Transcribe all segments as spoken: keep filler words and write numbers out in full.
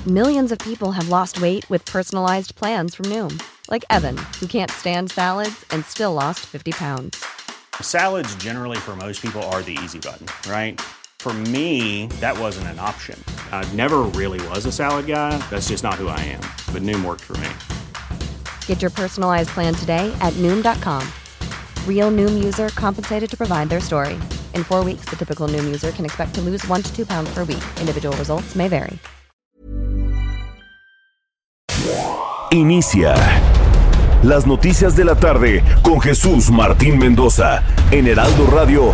Millions of people have lost weight with personalized plans from Noom. Like Evan, who can't stand salads and still lost fifty pounds. Salads generally for most people are the easy button, right? For me, that wasn't an option. I never really was a salad guy. That's just not who I am. But Noom worked for me. Get your personalized plan today at Noom dot com. Real Noom user compensated to provide their story. In four weeks, the typical Noom user can expect to lose one to two pounds per week. Individual results may vary. Inicia las noticias de la tarde con Jesús Martín Mendoza en Heraldo Radio.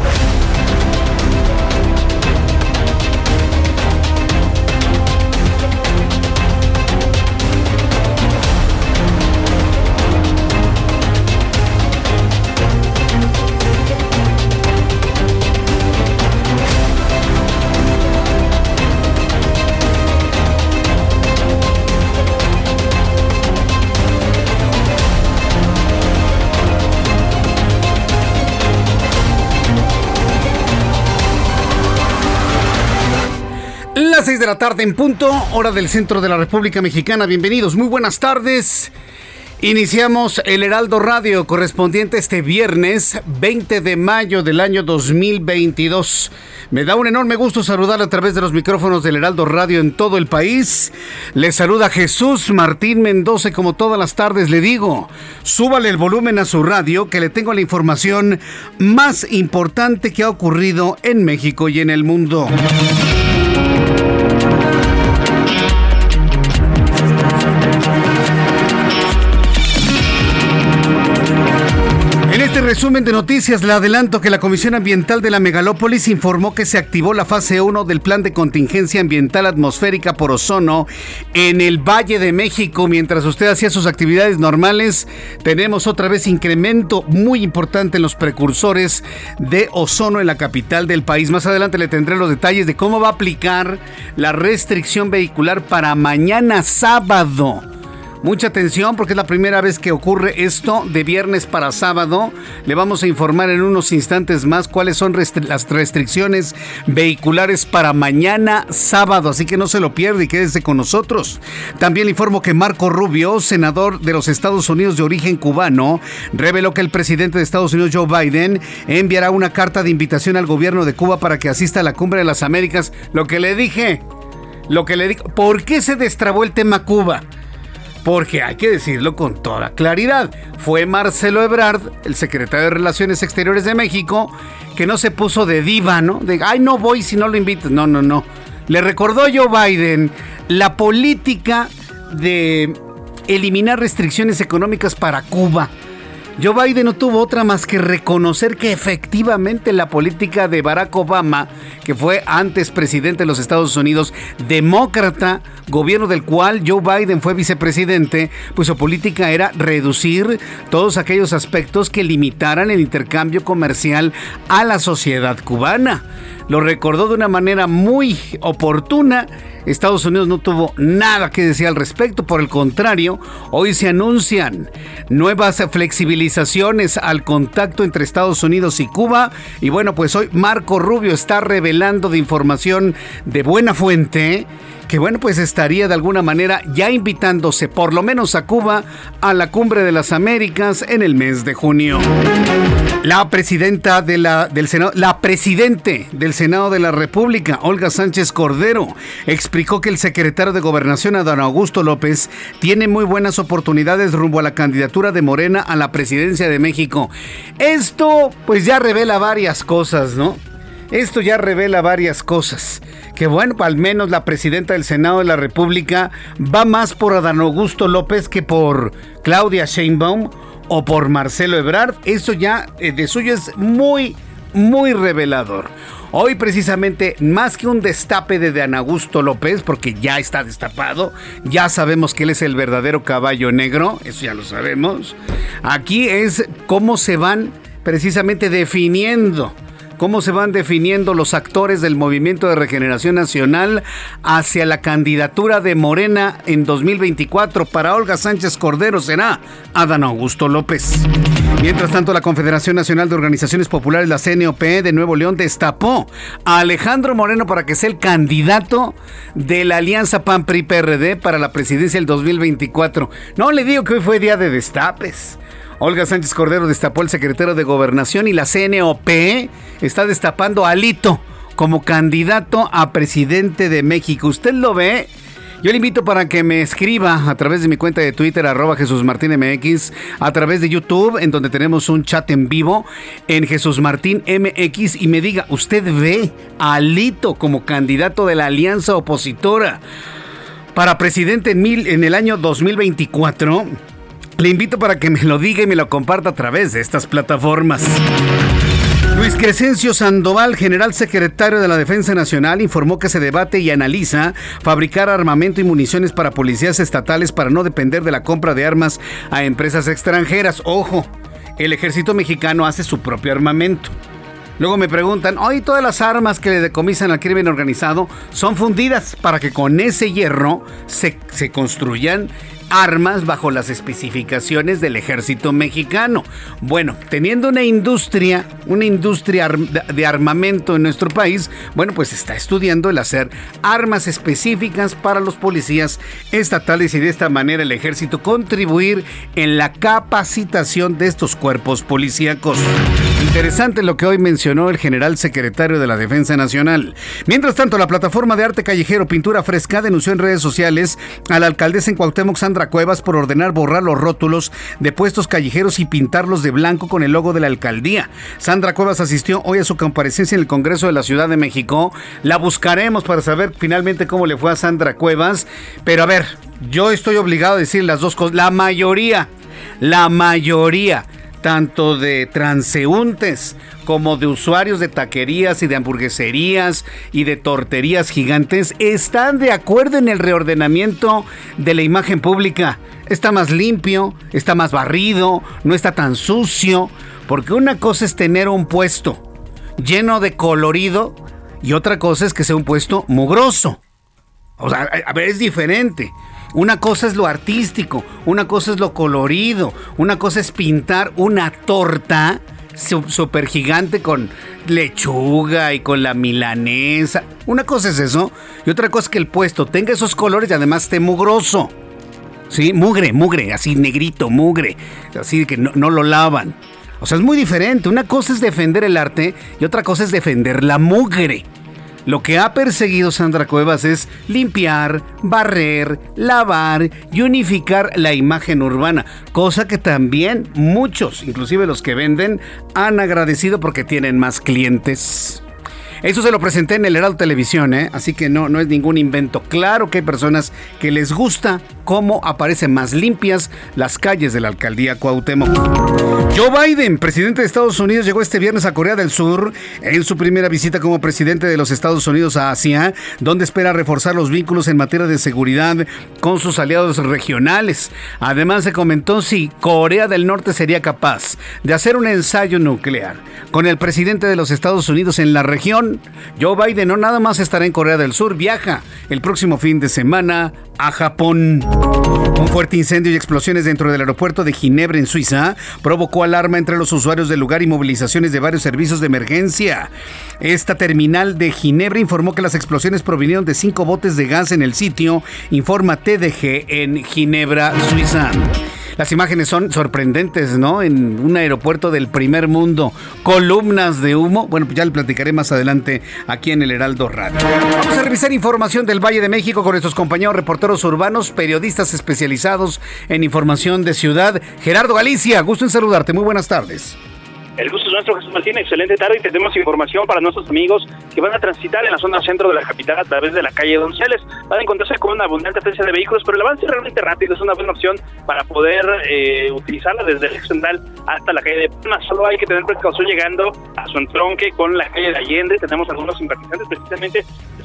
seis de la tarde en punto, hora del centro de la República Mexicana. Bienvenidos, muy buenas tardes. Iniciamos el Heraldo Radio correspondiente este viernes veinte de mayo del año dos mil veintidós. Me da un enorme gusto saludar a través de los micrófonos del Heraldo Radio en todo el país. Les saluda Jesús Martín Mendoza y como todas las tardes le digo, súbale el volumen a su radio que le tengo la información más importante que ha ocurrido en México y en el mundo. En este resumen de noticias le adelanto que la Comisión Ambiental de la Megalópolis informó que se activó la fase uno del Plan de Contingencia Ambiental Atmosférica por Ozono en el Valle de México. Mientras usted hacía sus actividades normales, tenemos otra vez incremento muy importante en los precursores de ozono en la capital del país. Más adelante le tendré los detalles de cómo va a aplicar la restricción vehicular para mañana sábado. Mucha atención porque es la primera vez que ocurre esto de viernes para sábado. Le vamos a informar en unos instantes más cuáles son restri- las restricciones vehiculares para mañana sábado. Así que no se lo pierda y quédese con nosotros. También le informo que Marco Rubio, senador de los Estados Unidos de origen cubano, reveló que el presidente de Estados Unidos, Joe Biden, enviará una carta de invitación al gobierno de Cuba para que asista a la Cumbre de las Américas. Lo que le dije, lo que le dije, ¿por qué se destrabó el tema Cuba? Porque hay que decirlo con toda claridad. Fue Marcelo Ebrard, el secretario de Relaciones Exteriores de México, que no se puso de diva, ¿no? De, ay, no voy si no lo invitas. No, no, no. Le recordó Joe Biden la política de eliminar restricciones económicas para Cuba. Joe Biden no tuvo otra más que reconocer que efectivamente la política de Barack Obama, que fue antes presidente de los Estados Unidos, demócrata, gobierno del cual Joe Biden fue vicepresidente, pues su política era reducir todos aquellos aspectos que limitaran el intercambio comercial a la sociedad cubana. Lo recordó de una manera muy oportuna. Estados Unidos no tuvo nada que decir al respecto, por el contrario, hoy se anuncian nuevas flexibilizaciones al contacto entre Estados Unidos y Cuba, y bueno, pues hoy Marco Rubio está revelando de información de buena fuente que bueno, pues estaría de alguna manera ya invitándose por lo menos a Cuba a la Cumbre de las Américas en el mes de junio. La presidenta de la, del Senado, la presidente del Senado de la República, Olga Sánchez Cordero, explicó que el secretario de Gobernación, Adán Augusto López, tiene muy buenas oportunidades rumbo a la candidatura de Morena a la presidencia de México. Esto pues ya revela varias cosas, ¿no? Esto ya revela varias cosas. Que bueno, al menos la presidenta del Senado de la República va más por Adán Augusto López que por Claudia Sheinbaum o por Marcelo Ebrard. Eso ya eh, de suyo es muy, muy revelador. Hoy precisamente, más que un destape de Adán Augusto López, porque ya está destapado, ya sabemos que él es el verdadero caballo negro, eso ya lo sabemos. Aquí es cómo se van precisamente definiendo cómo se van definiendo los actores del Movimiento de Regeneración Nacional hacia la candidatura de Morena en dos mil veinticuatro. Para Olga Sánchez Cordero será Adán Augusto López. Mientras tanto, la Confederación Nacional de Organizaciones Populares, la C N O P de Nuevo León, destapó a Alejandro Moreno para que sea el candidato de la alianza P A N P R I P R D para la presidencia del dos mil veinticuatro. No le digo que hoy fue día de destapes. Olga Sánchez Cordero destapó al secretario de Gobernación y la C N O P está destapando a Alito como candidato a presidente de México. ¿Usted lo ve? Yo le invito para que me escriba a través de mi cuenta de Twitter, arroba Jesús Martín M X, a través de YouTube, en donde tenemos un chat en vivo, en Jesús Martín M X, y me diga, ¿usted ve a Alito como candidato de la alianza opositora para presidente en, mil, en el año dos mil veinticuatro? Le invito para que me lo diga y me lo comparta a través de estas plataformas. Luis Crescencio Sandoval, general secretario de la Defensa Nacional, informó que se debate y analiza fabricar armamento y municiones para policías estatales para no depender de la compra de armas a empresas extranjeras. Ojo, el ejército mexicano hace su propio armamento. Luego me preguntan, hoy todas las armas que le decomisan al crimen organizado son fundidas para que con ese hierro se, se construyan armas bajo las especificaciones del ejército mexicano. Bueno, teniendo una industria, una industria de armamento en nuestro país, bueno, pues está estudiando el hacer armas específicas para los policías estatales y de esta manera el ejército contribuir en la capacitación de estos cuerpos policíacos. Interesante lo que hoy mencionó el general secretario de la Defensa Nacional. Mientras tanto, la plataforma de arte callejero Pintura Fresca denunció en redes sociales a la alcaldesa en Cuauhtémoc, Sandra Cuevas, por ordenar borrar los rótulos de puestos callejeros y pintarlos de blanco con el logo de la alcaldía. Sandra Cuevas asistió hoy a su comparecencia en el Congreso de la Ciudad de México. La buscaremos para saber finalmente cómo le fue a Sandra Cuevas. Pero a ver, yo estoy obligado a decir las dos cosas. La mayoría, la mayoría, tanto de transeúntes como de usuarios de taquerías y de hamburgueserías y de torterías gigantes, están de acuerdo en el reordenamiento de la imagen pública. Está más limpio, está más barrido, no está tan sucio, porque una cosa es tener un puesto lleno de colorido y otra cosa es que sea un puesto mugroso. O sea, a ver, es diferente. Una cosa es lo artístico, una cosa es lo colorido, una cosa es pintar una torta súper gigante con lechuga y con la milanesa. Una cosa es eso y otra cosa es que el puesto tenga esos colores y además esté mugroso. Sí, mugre, mugre, así negrito, mugre, así que no, no lo lavan. O sea, es muy diferente. Una cosa es defender el arte y otra cosa es defender la mugre. Lo que ha perseguido Sandra Cuevas es limpiar, barrer, lavar y unificar la imagen urbana, cosa que también muchos, inclusive los que venden, han agradecido porque tienen más clientes. Eso se lo presenté en el Heraldo Televisión, ¿eh? Así que no, no es ningún invento. Claro que hay personas que les gusta cómo aparecen más limpias las calles de la alcaldía Cuauhtémoc. Joe Biden, presidente de Estados Unidos, llegó este viernes a Corea del Sur en su primera visita como presidente de los Estados Unidos a Asia, donde espera reforzar los vínculos en materia de seguridad con sus aliados regionales. Además, se comentó si Corea del Norte sería capaz de hacer un ensayo nuclear con el presidente de los Estados Unidos en la región. Joe Biden no nada más estará en Corea del Sur, viaja el próximo fin de semana a Japón. Un fuerte incendio y explosiones dentro del aeropuerto de Ginebra, en Suiza, provocó alarma entre los usuarios del lugar y movilizaciones de varios servicios de emergencia. Esta terminal de Ginebra informó que las explosiones provinieron de cinco botes de gas en el sitio, informa T D G en Ginebra, Suiza. Las imágenes son sorprendentes, ¿no? En un aeropuerto del primer mundo, columnas de humo. Bueno, pues ya le platicaré más adelante aquí en el Heraldo Radio. Vamos a revisar información del Valle de México con nuestros compañeros reporteros urbanos, periodistas especializados en información de ciudad. Gerardo Galicia, gusto en saludarte. Muy buenas tardes. El gusto es nuestro, Jesús Martín. Excelente tarde y tenemos información para nuestros amigos que van a transitar en la zona centro de la capital a través de la calle Donceles. Van a encontrarse con una abundante presencia de vehículos, pero el avance es realmente rápido. Es una buena opción para poder eh, utilizarla desde el eje central hasta la calle de Palma. Solo hay que tener precaución llegando a su entronque con la calle de Allende. Tenemos algunos simpatizantes precisamente que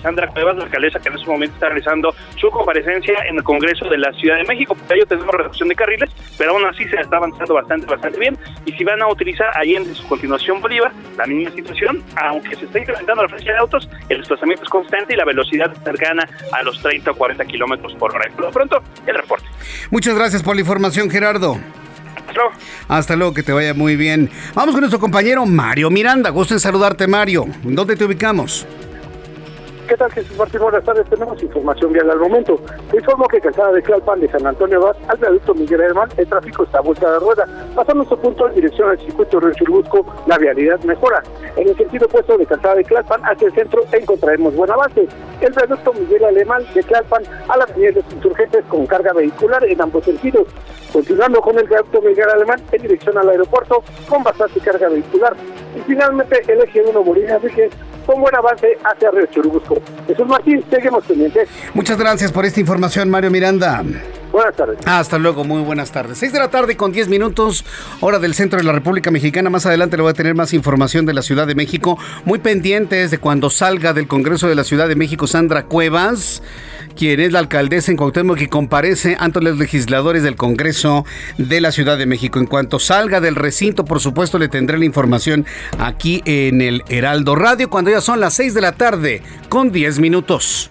Sandra Cuevas, la alcaldesa que en este momento está realizando su comparecencia en el Congreso de la Ciudad de México. Por ello tenemos reducción de carriles, pero aún así se está avanzando bastante, bastante bien. Y si van a utilizar ahí en su continuación Bolívar, la misma situación, aunque se está incrementando la frecuencia de autos, el desplazamiento es constante y la velocidad es cercana a los treinta o cuarenta kilómetros por hora. Por lo pronto, el reporte. Muchas gracias por la información, Gerardo. Hasta luego. Hasta luego, que te vaya muy bien. Vamos con nuestro compañero Mario Miranda. Gusto en saludarte, Mario. ¿Dónde te ubicamos? ¿Qué tal, Jesús Martín? Buenas tardes, tenemos información vial al momento. Te informo que calzada de Tlalpan de San Antonio Abad al viaducto Miguel Alemán, el tráfico está a vuelta de rueda. Pasando su punto en dirección al circuito Río Churubusco, la vialidad mejora. En el sentido opuesto de calzada de Tlalpan hacia el centro encontraremos buen avance. El viaducto Miguel Alemán de Tlalpan a la avenida de los Insurgentes con carga vehicular en ambos sentidos. Continuando con el viaducto Miguel Alemán en dirección al aeropuerto con bastante carga vehicular. Y finalmente el eje uno Bolívar Víquez con buen avance hacia Río Churubusco. Jesús Martín, seguimos pendientes. Muchas gracias por esta información, Mario Miranda. Buenas tardes. Hasta luego, muy buenas tardes. seis de la tarde con diez minutos, hora del centro de la República Mexicana. Más adelante le voy a tener más información de la Ciudad de México. Muy pendientes de cuando salga del Congreso de la Ciudad de México Sandra Cuevas, quien es la alcaldesa en Cuauhtémoc y comparece ante los legisladores del Congreso de la Ciudad de México. En cuanto salga del recinto, por supuesto, le tendré la información aquí en el Heraldo Radio, cuando ya son las seis de la tarde con diez minutos.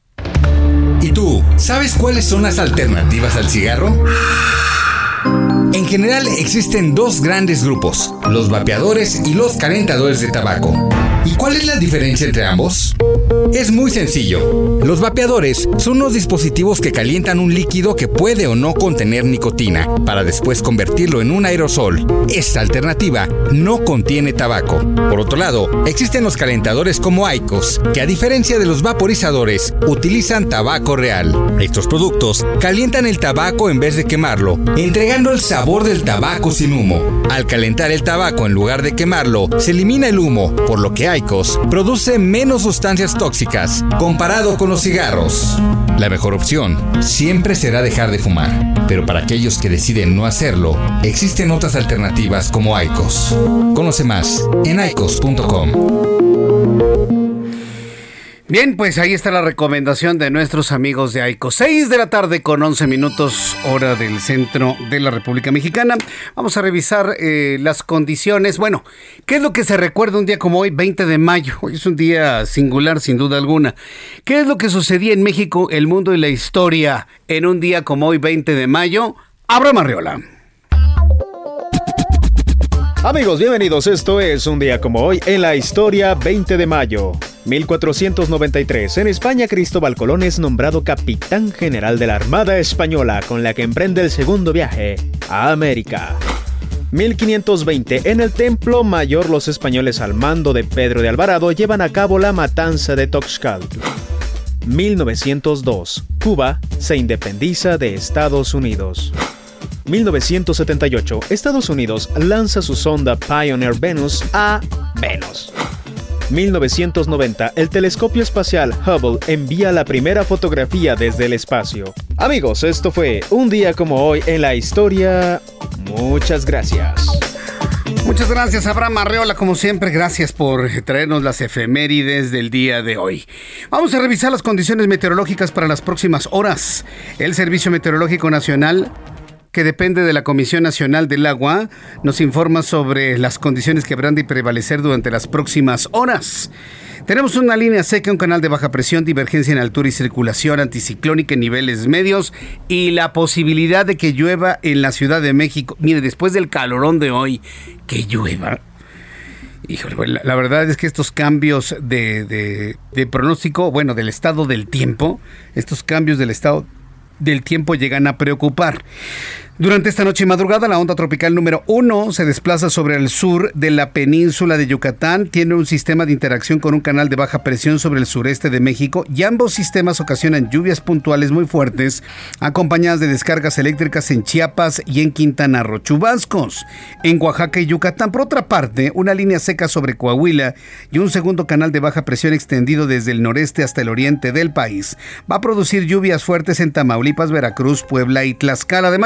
¿Y tú, sabes cuáles son las alternativas al cigarro? En general existen dos grandes grupos, los vapeadores y los calentadores de tabaco. ¿Y cuál es la diferencia entre ambos? Es muy sencillo. Los vapeadores son unos dispositivos que calientan un líquido que puede o no contener nicotina, para después convertirlo en un aerosol. Esta alternativa no contiene tabaco. Por otro lado, existen los calentadores como IQOS, que a diferencia de los vaporizadores, utilizan tabaco real. Estos productos calientan el tabaco en vez de quemarlo, entregando el sabor del tabaco sin humo. Al calentar el tabaco en lugar de quemarlo, se elimina el humo, por lo que IQOS produce menos sustancias tóxicas comparado con los cigarros. La mejor opción siempre será dejar de fumar, pero para aquellos que deciden no hacerlo, existen otras alternativas como IQOS. Conoce más en I Q O S punto com. Bien, pues ahí está la recomendación de nuestros amigos de IQOS. seis de la tarde con once minutos, hora del centro de la República Mexicana. Vamos a revisar eh, las condiciones. Bueno, ¿qué es lo que se recuerda un día como hoy, veinte de mayo? Hoy es un día singular, sin duda alguna. ¿Qué es lo que sucedía en México, el mundo y la historia en un día como hoy, veinte de mayo? Abraham Arreola. Amigos, bienvenidos. Esto es un día como hoy en la historia, veinte de mayo. mil cuatrocientos noventa y tres. En España, Cristóbal Colón es nombrado capitán general de la Armada Española, con la que emprende el segundo viaje a América. mil quinientos veinte. En el Templo Mayor, los españoles al mando de Pedro de Alvarado llevan a cabo la matanza de Toxcal. mil novecientos dos. Cuba se independiza de Estados Unidos. mil novecientos setenta y ocho. Estados Unidos lanza su sonda Pioneer Venus a Venus. mil novecientos noventa. El telescopio espacial Hubble envía la primera fotografía desde el espacio. Amigos, esto fue un día como hoy en la historia. Muchas gracias. Muchas gracias, Abraham Arreola, como siempre. Gracias por traernos las efemérides del día de hoy. Vamos a revisar las condiciones meteorológicas para las próximas horas. El Servicio Meteorológico Nacional, que depende de la Comisión Nacional del Agua, nos informa sobre las condiciones que habrán de prevalecer durante las próximas horas. Tenemos una línea seca, un canal de baja presión, divergencia en altura y circulación anticiclónica en niveles medios y la posibilidad de que llueva en la Ciudad de México. Mire, después del calorón de hoy, que llueva. Híjole, la, la verdad es que estos cambios de, de, de pronóstico, bueno, del estado del tiempo, estos cambios del estado del tiempo llegan a preocupar. Durante esta noche y madrugada, la onda tropical número uno se desplaza sobre el sur de la península de Yucatán. Tiene un sistema de interacción con un canal de baja presión sobre el sureste de México y ambos sistemas ocasionan lluvias puntuales muy fuertes, acompañadas de descargas eléctricas en Chiapas y en Quintana Roo. Chubascos en Oaxaca y Yucatán. Por otra parte, una línea seca sobre Coahuila y un segundo canal de baja presión extendido desde el noreste hasta el oriente del país va a producir lluvias fuertes en Tamaulipas, Veracruz, Puebla y Tlaxcala. Además,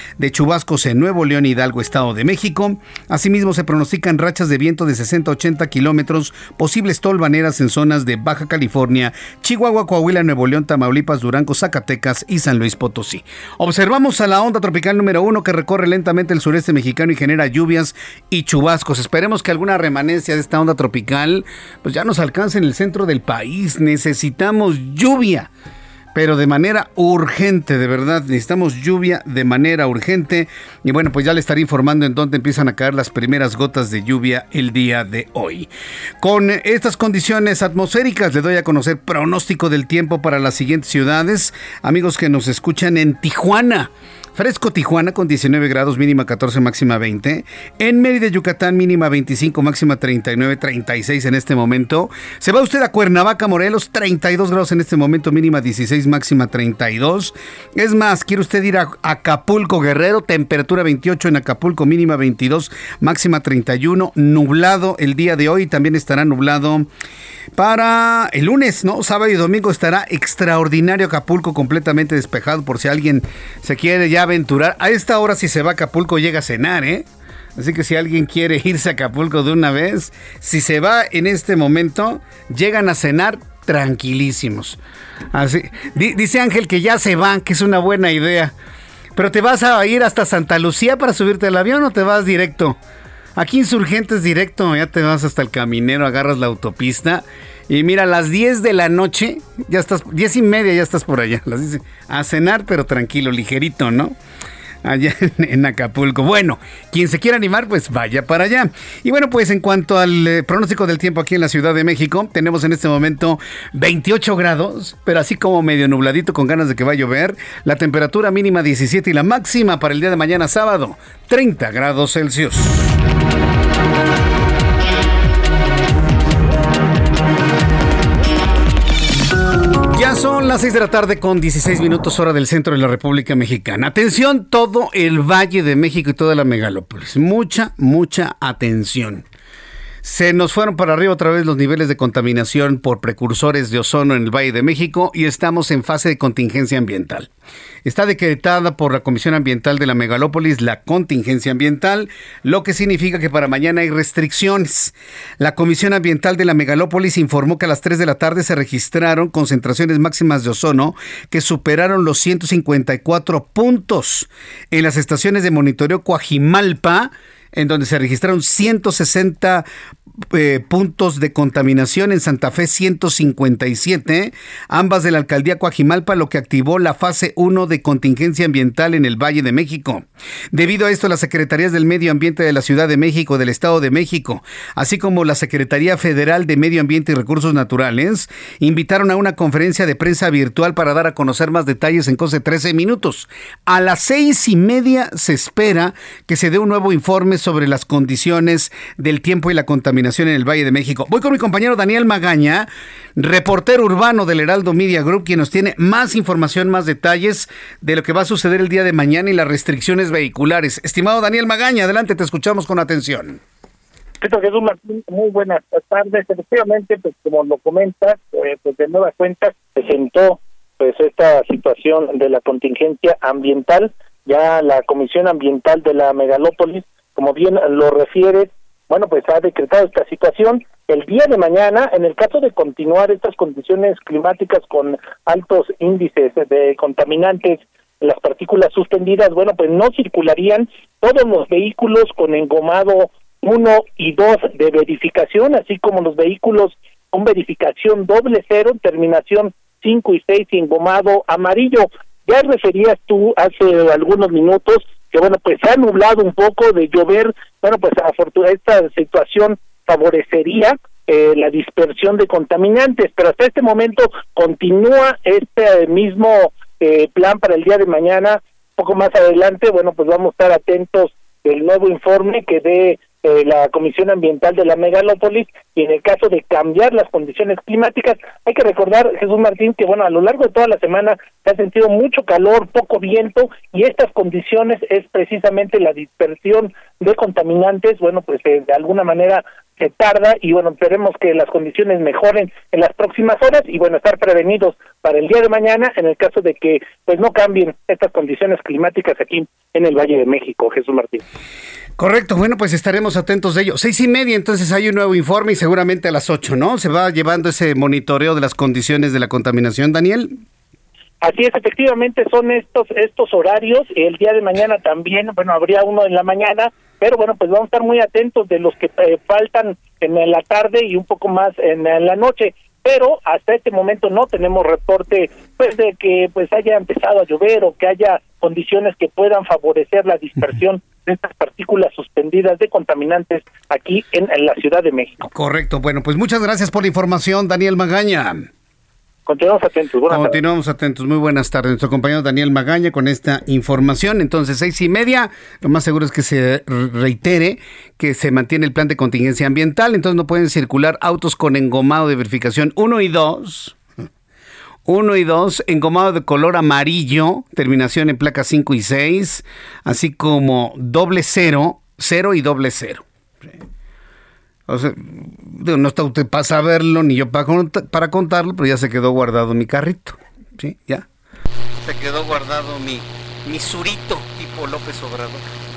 de chubascos en Nuevo León, Hidalgo, Estado de México. Asimismo, se pronostican rachas de viento de sesenta a ochenta kilómetros, posibles tolvaneras en zonas de Baja California, Chihuahua, Coahuila, Nuevo León, Tamaulipas, Durango, Zacatecas y San Luis Potosí. Observamos a la onda tropical número uno que recorre lentamente el sureste mexicano y genera lluvias y chubascos. Esperemos que alguna remanencia de esta onda tropical pues ya nos alcance en el centro del país. Necesitamos lluvia, pero de manera urgente, de verdad, necesitamos lluvia de manera urgente. Y bueno, pues ya le estaré informando en dónde empiezan a caer las primeras gotas de lluvia el día de hoy. Con estas condiciones atmosféricas, le doy a conocer pronóstico del tiempo para las siguientes ciudades. Amigos que nos escuchan en Tijuana. Fresco Tijuana con diecinueve grados, mínima catorce, máxima veinte. En Mérida, Yucatán, mínima veinticinco, máxima treinta y nueve, treinta y seis en este momento. Se va usted a Cuernavaca, Morelos, treinta y dos grados en este momento, mínima dieciséis, máxima treinta y dos. Es más, quiere usted ir a Acapulco, Guerrero, temperatura veintiocho en Acapulco, mínima veintidós, máxima treinta y uno. Nublado el día de hoy, también estará nublado para el lunes, ¿no? Sábado y domingo estará extraordinario Acapulco, completamente despejado, por si alguien se quiere ya aventurar. A esta hora, si se va a Acapulco, llega a cenar, ¿eh? Así que si alguien quiere irse a Acapulco de una vez, si se va en este momento, llegan a cenar tranquilísimos. Así, di, dice Ángel que ya se van, que es una buena idea. Pero ¿te vas a ir hasta Santa Lucía para subirte al avión o te vas directo? Aquí Insurgentes directo, ya te vas hasta el Caminero, agarras la autopista y mira, a las diez de la noche, ya estás, diez y media ya estás por allá, las dice, a cenar pero tranquilo, ligerito, ¿no? Allá en, en Acapulco. Bueno, quien se quiera animar, pues vaya para allá. Y bueno, pues en cuanto al eh, pronóstico del tiempo aquí en la Ciudad de México, tenemos en este momento veintiocho grados, pero así como medio nubladito con ganas de que va a llover. La temperatura mínima diecisiete y la máxima para el día de mañana sábado, treinta grados Celsius. Ya son las seis de la tarde con dieciséis minutos hora del centro de la República Mexicana. Atención, todo el Valle de México y toda la megalópolis. Mucha, mucha atención. Se nos fueron para arriba otra vez los niveles de contaminación por precursores de ozono en el Valle de México y estamos en fase de contingencia ambiental. Está decretada por la Comisión Ambiental de la Megalópolis la contingencia ambiental, lo que significa que para mañana hay restricciones. La Comisión Ambiental de la Megalópolis informó que a las tres de la tarde se registraron concentraciones máximas de ozono que superaron los ciento cincuenta y cuatro puntos. En las estaciones de monitoreo Coajimalpa, en donde se registraron ciento sesenta eh, puntos de contaminación, en Santa Fe ciento cincuenta y siete, ambas de la alcaldía Coajimalpa, lo que activó la fase uno de contingencia ambiental en el Valle de México. Debido a esto, las Secretarías del Medio Ambiente de la Ciudad de México, del Estado de México, así como la Secretaría Federal de Medio Ambiente y Recursos Naturales, invitaron a una conferencia de prensa virtual para dar a conocer más detalles en cosa de trece minutos. A las seis y media se espera que se dé un nuevo informe sobre las condiciones del tiempo y la contaminación en el Valle de México. Voy con mi compañero Daniel Magaña, reportero urbano del Heraldo Media Group, quien nos tiene más información, más detalles de lo que va a suceder el día de mañana y las restricciones vehiculares. Estimado Daniel Magaña, adelante, te escuchamos con atención. Jesús Martín, muy buenas tardes. Efectivamente, pues como lo comentas, eh, pues de nueva cuenta presentó pues esta situación de la contingencia ambiental. Ya la Comisión Ambiental de la Megalópolis, como bien lo refiere, bueno, pues ha decretado esta situación. El día de mañana, en el caso de continuar estas condiciones climáticas con altos índices de contaminantes, las partículas suspendidas, bueno, pues no circularían todos los vehículos con engomado uno y dos de verificación, así como los vehículos con verificación doble cero, terminación cinco y seis y engomado amarillo. Ya referías tú hace algunos minutos que bueno, pues se ha nublado un poco de llover, bueno, pues afortunadamente esta situación favorecería eh, la dispersión de contaminantes, pero hasta este momento continúa este mismo eh, plan para el día de mañana. Un poco más adelante, bueno, pues vamos a estar atentos del nuevo informe que dé eh, la Comisión Ambiental de la Megalópolis, y en el caso de cambiar las condiciones climáticas, hay que recordar, Jesús Martín, que bueno, a lo largo de toda la semana se ha sentido mucho calor, poco viento, y estas condiciones es precisamente la dispersión de contaminantes, bueno, pues eh, de alguna manera se tarda, y bueno, esperemos que las condiciones mejoren en las próximas horas, y bueno, estar prevenidos para el día de mañana en el caso de que pues no cambien estas condiciones climáticas aquí en el Valle de México, Jesús Martín. Correcto, bueno, pues estaremos atentos de ello. Seis y media, entonces hay un nuevo informe y seguramente a las ocho, ¿no? Se va llevando ese monitoreo de las condiciones de la contaminación, Daniel. Así es, efectivamente son estos estos horarios. El día de mañana también, bueno, habría uno en la mañana, pero bueno, pues vamos a estar muy atentos de los que eh, faltan en la tarde y un poco más en, en la noche. Pero hasta este momento no tenemos reporte pues de que pues haya empezado a llover o que haya condiciones que puedan favorecer la dispersión de estas partículas suspendidas de contaminantes aquí en, en la Ciudad de México. Correcto, bueno, pues muchas gracias por la información, Daniel Magaña. Continuamos atentos. Buenas Continuamos tardes. atentos. Muy buenas tardes. Nuestro compañero Daniel Magaña con esta información. Entonces, seis y media, lo más seguro es que se reitere que se mantiene el plan de contingencia ambiental. Entonces, no pueden circular autos con engomado de verificación uno y dos. uno y dos, engomado de color amarillo, terminación en placas cinco y seis, así como doble cero, cero y doble cero. O sea, no está usted para saberlo, ni yo para, para contarlo, pero ya se quedó guardado mi carrito, ¿sí? Ya. Se quedó guardado mi, mi surito tipo López Obrador.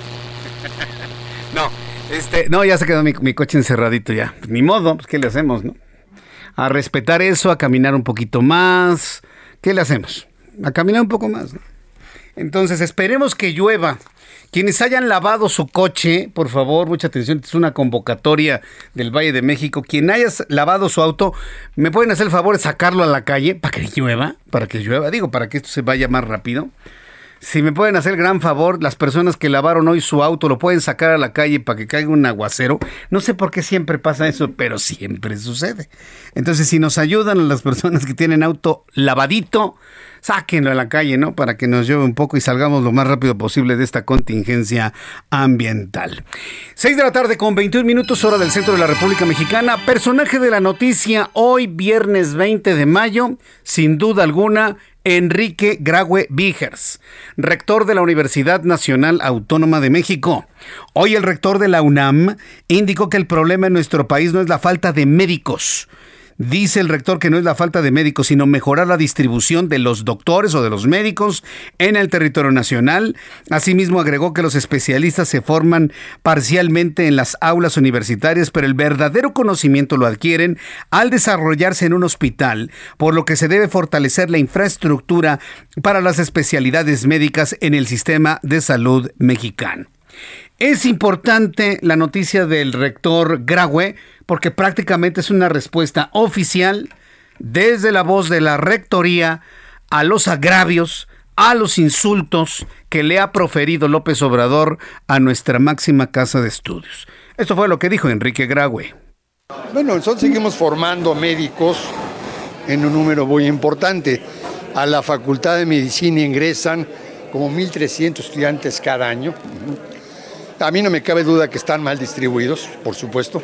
no, este, no, ya se quedó mi, mi coche encerradito ya. Pues, ni modo, pues ¿qué le hacemos, no? A respetar eso, a caminar un poquito más. ¿Qué le hacemos? A caminar un poco más, ¿no? Entonces, esperemos que llueva. Quienes hayan lavado su coche, por favor, mucha atención, es una convocatoria del Valle de México. Quien haya lavado su auto, ¿me pueden hacer el favor de sacarlo a la calle para que llueva? Para que llueva, digo, para que esto se vaya más rápido. Si me pueden hacer el gran favor, las personas que lavaron hoy su auto lo pueden sacar a la calle para que caiga un aguacero. No sé por qué siempre pasa eso, pero siempre sucede. Entonces, si nos ayudan a las personas que tienen auto lavadito, sáquenlo a la calle, ¿no? Para que nos llueva un poco y salgamos lo más rápido posible de esta contingencia ambiental. seis de la tarde con veintiún minutos, hora del centro de la República Mexicana. Personaje de la noticia hoy, viernes veinte de mayo, sin duda alguna, Enrique Graue Vigers, rector de la Universidad Nacional Autónoma de México. Hoy el rector de la UNAM indicó que el problema en nuestro país no es la falta de médicos. Dice el rector que no es la falta de médicos, sino mejorar la distribución de los doctores o de los médicos en el territorio nacional. Asimismo, agregó que los especialistas se forman parcialmente en las aulas universitarias, pero el verdadero conocimiento lo adquieren al desarrollarse en un hospital, por lo que se debe fortalecer la infraestructura para las especialidades médicas en el sistema de salud mexicano. Es importante la noticia del rector Graue porque prácticamente es una respuesta oficial desde la voz de la rectoría a los agravios, a los insultos que le ha proferido López Obrador a nuestra máxima casa de estudios. Esto fue lo que dijo Enrique Graue. Bueno, nosotros seguimos formando médicos en un número muy importante. A la Facultad de Medicina ingresan como mil trescientos estudiantes cada año. A mí no me cabe duda que están mal distribuidos, por supuesto.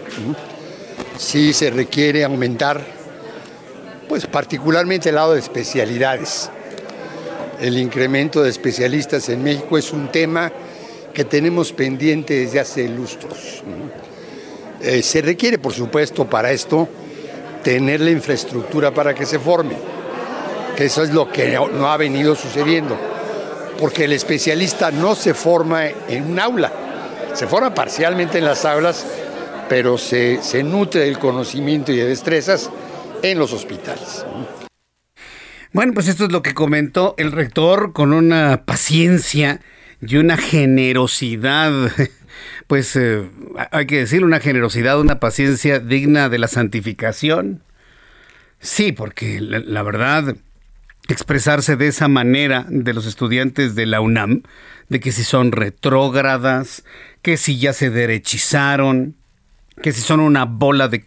Sí se requiere aumentar, pues particularmente el lado de especialidades. El incremento de especialistas en México es un tema que tenemos pendiente desde hace lustros. Eh, se requiere, por supuesto, para esto, tener la infraestructura para que se forme, que eso es lo que no ha venido sucediendo, porque el especialista no se forma en un aula. Se forma parcialmente en las aulas, pero se, se nutre del conocimiento y de destrezas en los hospitales. Bueno, pues esto es lo que comentó el rector con una paciencia y una generosidad, pues eh, hay que decir, una generosidad, una paciencia digna de la santificación. Sí, porque la, la verdad, expresarse de esa manera de los estudiantes de la UNAM, de que si son retrógradas, que si ya se derechizaron, que si son una bola de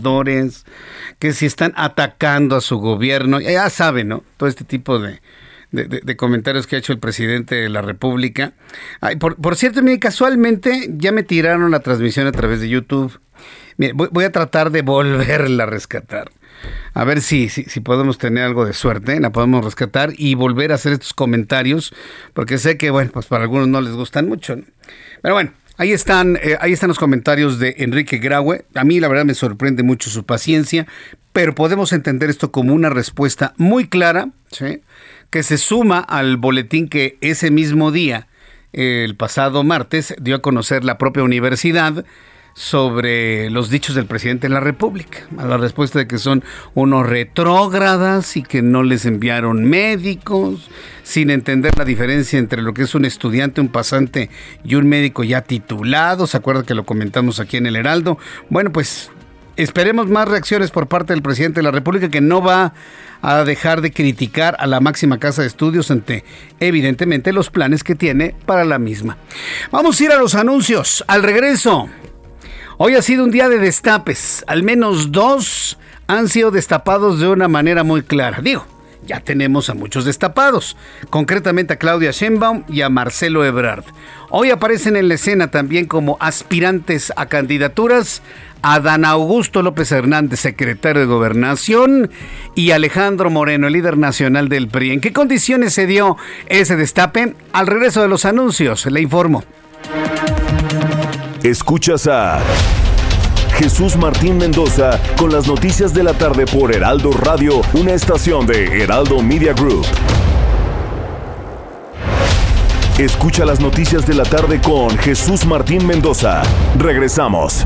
conservadores, que si están atacando a su gobierno, ya saben, ¿no? Todo este tipo de, de, de, de comentarios que ha hecho el presidente de la República. Ay, por, por cierto, mire, casualmente ya me tiraron la transmisión a través de YouTube. Mire, voy, voy a tratar de volverla a rescatar. A ver si, si, si podemos tener algo de suerte, la podemos rescatar y volver a hacer estos comentarios, porque sé que, bueno, pues para algunos no les gustan mucho, ¿no? Pero bueno, ahí están, eh, ahí están los comentarios de Enrique Graue. A mí la verdad me sorprende mucho su paciencia, pero podemos entender esto como una respuesta muy clara, ¿sí?, que se suma al boletín que ese mismo día, el pasado martes, dio a conocer la propia universidad sobre los dichos del presidente de la República, a la respuesta de que son unos retrógradas y que no les enviaron médicos, sin entender la diferencia entre lo que es un estudiante, un pasante y un médico ya titulado. ¿Se acuerda que lo comentamos aquí en el Heraldo? Bueno, pues esperemos más reacciones por parte del presidente de la República, que no va a dejar de criticar a la máxima casa de estudios ante, evidentemente, los planes que tiene para la misma. Vamos a ir a los anuncios. Al regreso, hoy ha sido un día de destapes. Al menos dos han sido destapados de una manera muy clara. Digo, ya tenemos a muchos destapados, concretamente a Claudia Sheinbaum y a Marcelo Ebrard. Hoy aparecen en la escena también como aspirantes a candidaturas Adán Augusto López Hernández, secretario de Gobernación, y Alejandro Moreno, el líder nacional del P R I. ¿En qué condiciones se dio ese destape? Al regreso de los anuncios, le informo. Escuchas a Jesús Martín Mendoza con las noticias de la tarde por Heraldo Radio, una estación de Heraldo Media Group. Escucha las noticias de la tarde con Jesús Martín Mendoza. Regresamos.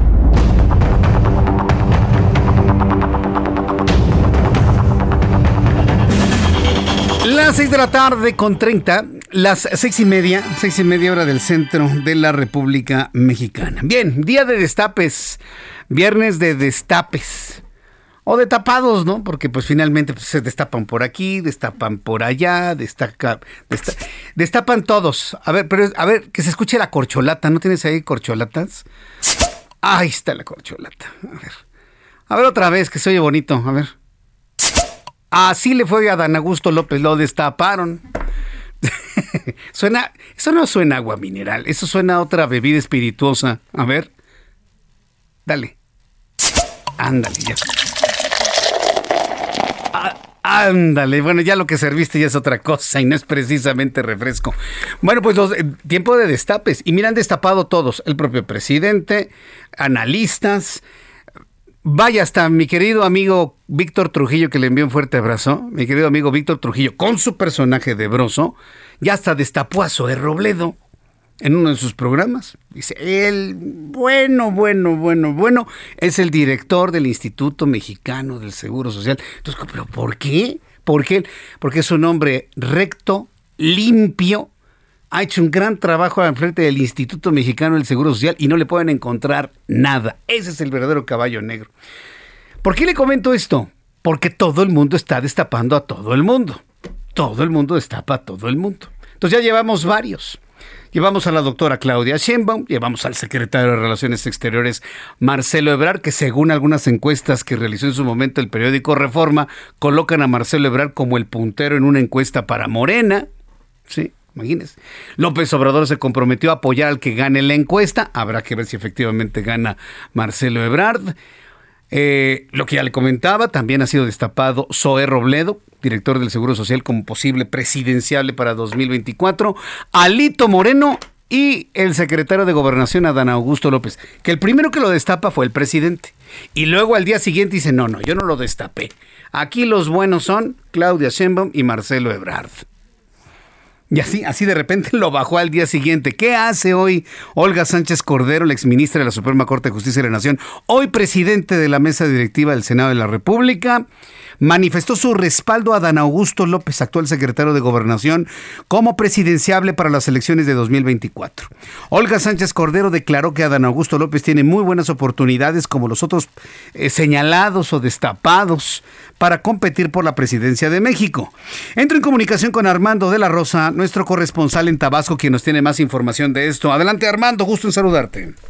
Las seis de la tarde con treinta, las seis y media, seis y media hora del centro de la República Mexicana. Bien, día de destapes, viernes de destapes, o de tapados, ¿no? Porque pues finalmente pues, se destapan por aquí, destapan por allá, destaca, desta, destapan todos. A ver, pero a ver, que se escuche la corcholata, ¿no tienes ahí corcholatas? Ahí está la corcholata, a ver. A ver otra vez, que se oye bonito, a ver. Así le fue a Adán Augusto López, lo destaparon. Suena, eso no suena a agua mineral, eso suena a otra bebida espirituosa. A ver, dale. Ándale, ya. Ah, ándale, bueno, ya lo que serviste ya es otra cosa y no es precisamente refresco. Bueno, pues los, eh, tiempo de destapes. Y mira, han destapado todos, el propio presidente, analistas. Vaya, hasta mi querido amigo Víctor Trujillo, que le envió un fuerte abrazo, mi querido amigo Víctor Trujillo, con su personaje de Broso, ya hasta destapó a Zoé Robledo en uno de sus programas. Dice, él, bueno, bueno, bueno, bueno, es el director del Instituto Mexicano del Seguro Social. Entonces, ¿pero por qué? ¿Por qué? Porque es un hombre recto, limpio, ha hecho un gran trabajo al frente del Instituto Mexicano del Seguro Social y no le pueden encontrar nada. Ese es el verdadero caballo negro. ¿Por qué le comento esto? Porque todo el mundo está destapando a todo el mundo. Todo el mundo destapa a todo el mundo. Entonces ya llevamos varios. Llevamos a la doctora Claudia Sheinbaum, llevamos al secretario de Relaciones Exteriores Marcelo Ebrard, que según algunas encuestas que realizó en su momento el periódico Reforma, colocan a Marcelo Ebrard como el puntero en una encuesta para Morena. Sí. Imagínense. López Obrador se comprometió a apoyar al que gane la encuesta. Habrá que ver si efectivamente gana Marcelo Ebrard. Eh, lo que ya le comentaba, también ha sido destapado Zoé Robledo, director del Seguro Social, como posible presidenciable para dos mil veinticuatro. Alito Moreno y el secretario de Gobernación, Adán Augusto López, que el primero que lo destapa fue el presidente. Y luego al día siguiente dice, no, no, yo no lo destapé. Aquí los buenos son Claudia Sheinbaum y Marcelo Ebrard. Y así, así de repente lo bajó al día siguiente. ¿Qué hace hoy Olga Sánchez Cordero, la exministra de la Suprema Corte de Justicia de la Nación, hoy presidente de la mesa directiva del Senado de la República? Manifestó su respaldo a Adán Augusto López, actual secretario de Gobernación, como presidenciable para las elecciones de dos mil veinticuatro. Olga Sánchez Cordero declaró que Adán Augusto López tiene muy buenas oportunidades, como los otros eh, señalados o destapados, para competir por la presidencia de México. Entro en comunicación con Armando de la Rosa, nuestro corresponsal en Tabasco, quien nos tiene más información de esto. Adelante, Armando, gusto en saludarte.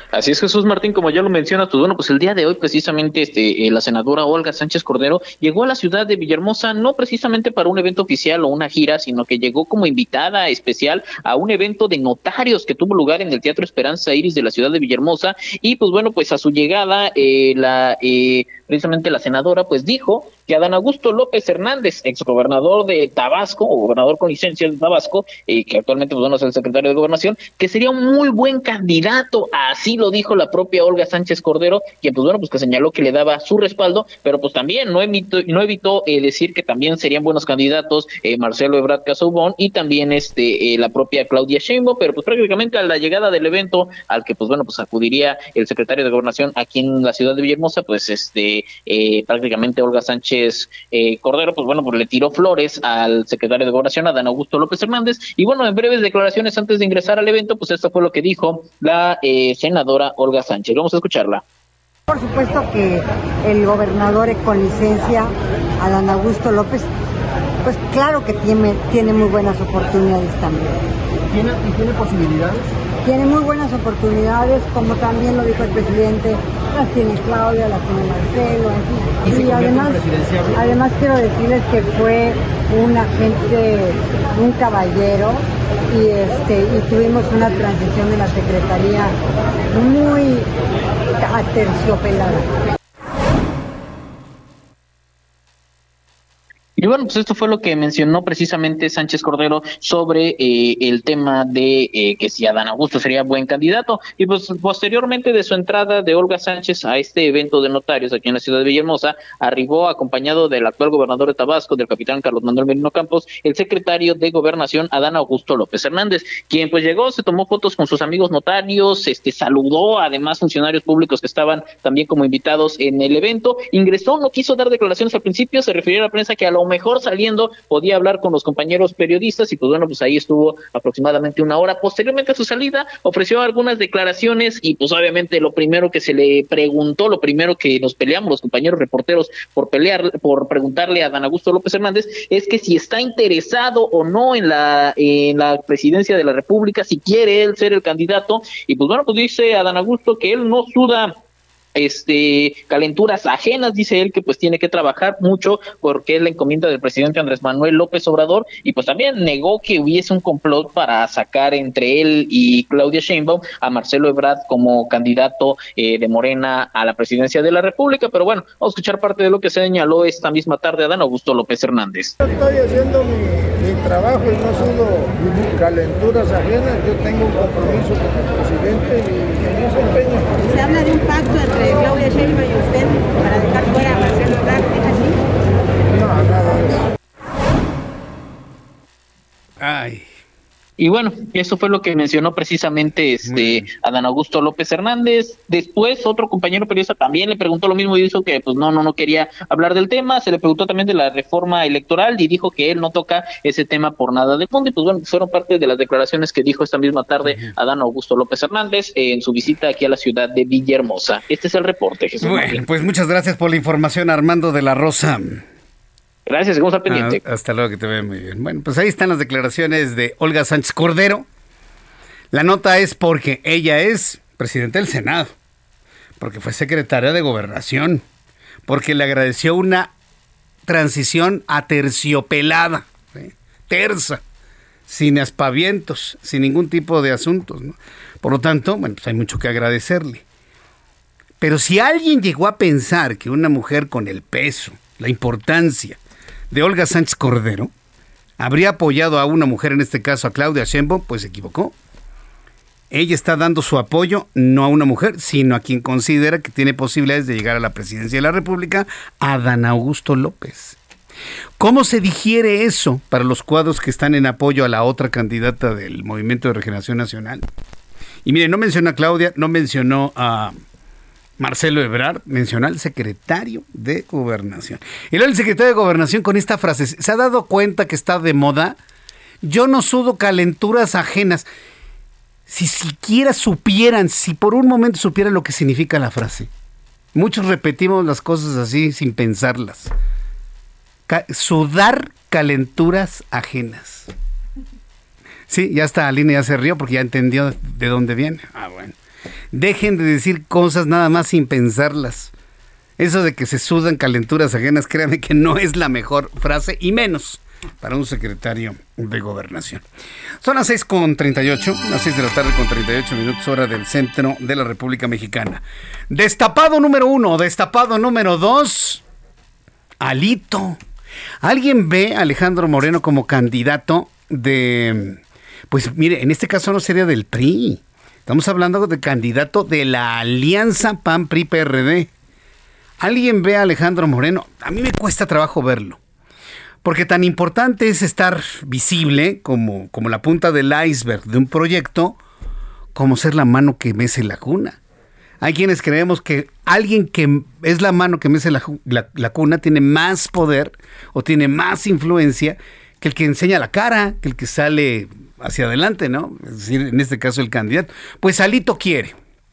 Así es, Jesús Martín, como ya lo mencionas, pues bueno, pues el día de hoy precisamente este, eh, la senadora Olga Sánchez Cordero llegó a la ciudad de Villahermosa, no precisamente para un evento oficial o una gira, sino que llegó como invitada especial a un evento de notarios que tuvo lugar en el Teatro Esperanza Iris de la ciudad de Villahermosa, y pues bueno, pues a su llegada, eh, la eh, precisamente la senadora pues dijo que Adán Augusto López Hernández, exgobernador de Tabasco, o gobernador con licencia de Tabasco, eh, que actualmente pues bueno es el secretario de Gobernación, que sería un muy buen candidato, así lo dijo la propia Olga Sánchez Cordero, quien pues bueno, pues que señaló que le daba su respaldo, pero pues también no evitó, no evitó eh, decir que también serían buenos candidatos eh, Marcelo Ebrard Casaubon y también este eh, la propia Claudia Sheinbaum, pero pues prácticamente a la llegada del evento al que pues bueno, pues acudiría el secretario de Gobernación aquí en la ciudad de Villahermosa, pues este eh, prácticamente Olga Sánchez eh, Cordero, pues bueno, pues le tiró flores al secretario de Gobernación, Adán Augusto López Hernández, y bueno, en breves declaraciones antes de ingresar al evento, pues esto fue lo que dijo la eh, senadora Olga Sánchez. Vamos a escucharla. Por supuesto que el gobernador con licencia, Adán Augusto López, pues claro que tiene, tiene muy buenas oportunidades también. ¿Tiene, y tiene posibilidades? Tiene muy buenas oportunidades, como también lo dijo el presidente, las tiene Claudia, las tiene Marcelo, en fin. Y, y además, además quiero decirles que fue un agente, un caballero, y este y tuvimos una transición de la Secretaría muy aterciopelada. Y bueno, pues esto fue lo que mencionó precisamente Sánchez Cordero sobre eh, el tema de eh, que si Adán Augusto sería buen candidato. Y pues posteriormente de su entrada de Olga Sánchez a este evento de notarios aquí en la ciudad de Villahermosa, arribó acompañado del actual gobernador de Tabasco, del capitán Carlos Manuel Merino Campos, el secretario de Gobernación, Adán Augusto López Hernández, quien pues llegó, se tomó fotos con sus amigos notarios, este saludó además funcionarios públicos que estaban también como invitados en el evento, ingresó, no quiso dar declaraciones al principio, se refirió a la prensa que a lo mejor saliendo podía hablar con los compañeros periodistas, y pues bueno, pues ahí estuvo aproximadamente una hora. Posteriormente a su salida ofreció algunas declaraciones, y pues obviamente lo primero que se le preguntó, lo primero que nos peleamos los compañeros reporteros por pelear, por preguntarle a Adán Augusto López Hernández, es que si está interesado o no en la en la presidencia de la República, si quiere él ser el candidato. Y pues bueno, pues dice Adán Augusto que él no suda este calenturas ajenas, dice él que pues tiene que trabajar mucho porque es la encomienda del presidente Andrés Manuel López Obrador, y pues también negó que hubiese un complot para sacar entre él y Claudia Sheinbaum a Marcelo Ebrard como candidato eh, de Morena a la presidencia de la República. Pero bueno, vamos a escuchar parte de lo que señaló esta misma tarde Adán Augusto López Hernández. Estoy haciendo mi, mi trabajo y no sudo calenturas ajenas. Yo tengo un compromiso con el presidente y en ese empeño. Se habla de un pacto entre Claudia Sheinbaum y usted para dejar fuera a Marcelo Ebrard, ¿es así? No, nada de eso. Ay. Y bueno, eso fue lo que mencionó precisamente este Adán Augusto López Hernández. Después otro compañero periodista también le preguntó lo mismo y dijo que pues no, no, no quería hablar del tema. Se le preguntó también de la reforma electoral y dijo que él no toca ese tema por nada de fondo. Y pues bueno, fueron parte de las declaraciones que dijo esta misma tarde Adán Augusto López Hernández en su visita aquí a la ciudad de Villahermosa. Este es el reporte, Jesús Bueno, Martín. pues muchas gracias por la información, Armando de la Rosa. Gracias, seguimos al pendiente. Ah, hasta luego, que te vea muy bien. Bueno, pues ahí están las declaraciones de Olga Sánchez Cordero. La nota es porque ella es presidenta del Senado, porque fue secretaria de Gobernación, porque le agradeció una transición aterciopelada, ¿sí? Tersa, sin aspavientos, sin ningún tipo de asuntos, ¿no? Por lo tanto, bueno, pues hay mucho que agradecerle. Pero si alguien llegó a pensar que una mujer con el peso, la importancia de Olga Sánchez Cordero habría apoyado a una mujer, en este caso a Claudia Sheinbaum, pues se equivocó. Ella está dando su apoyo no a una mujer, sino a quien considera que tiene posibilidades de llegar a la presidencia de la República, Adán Augusto López. ¿Cómo se digiere eso para los cuadros que están en apoyo a la otra candidata del Movimiento de Regeneración Nacional? Y mire, no mencionó a Claudia, no mencionó a Marcelo Ebrard, mencionó al secretario de Gobernación. Y luego el secretario de Gobernación con esta frase, ¿se ha dado cuenta que está de moda? Yo no sudo calenturas ajenas. Si siquiera supieran, si por un momento supieran lo que significa la frase. Muchos repetimos las cosas así sin pensarlas. Ca- sudar calenturas ajenas. Sí, ya está, Aline ya se rió porque ya entendió de dónde viene. Ah, bueno. Dejen de decir cosas nada más sin pensarlas. Eso de que se sudan calenturas ajenas, créanme que no es la mejor frase, y menos para un secretario de Gobernación. Son las seis con treinta y ocho, las seis de la tarde con treinta y ocho minutos, hora del centro de la República Mexicana. Destapado número uno, destapado número dos, Alito. ¿Alguien ve a Alejandro Moreno como candidato de... Pues mire, en este caso no sería del P R I. Estamos hablando de candidato de la alianza P A N P R I P R D. ¿Alguien ve a Alejandro Moreno? A mí me cuesta trabajo verlo. Porque tan importante es estar visible como, como la punta del iceberg de un proyecto, como ser la mano que mece la cuna. Hay quienes creemos que alguien que es la mano que mece la, la, la cuna tiene más poder o tiene más influencia que el que enseña la cara, que el que sale hacia adelante, ¿no? Es decir, en este caso el candidato. Pues Alito quiere.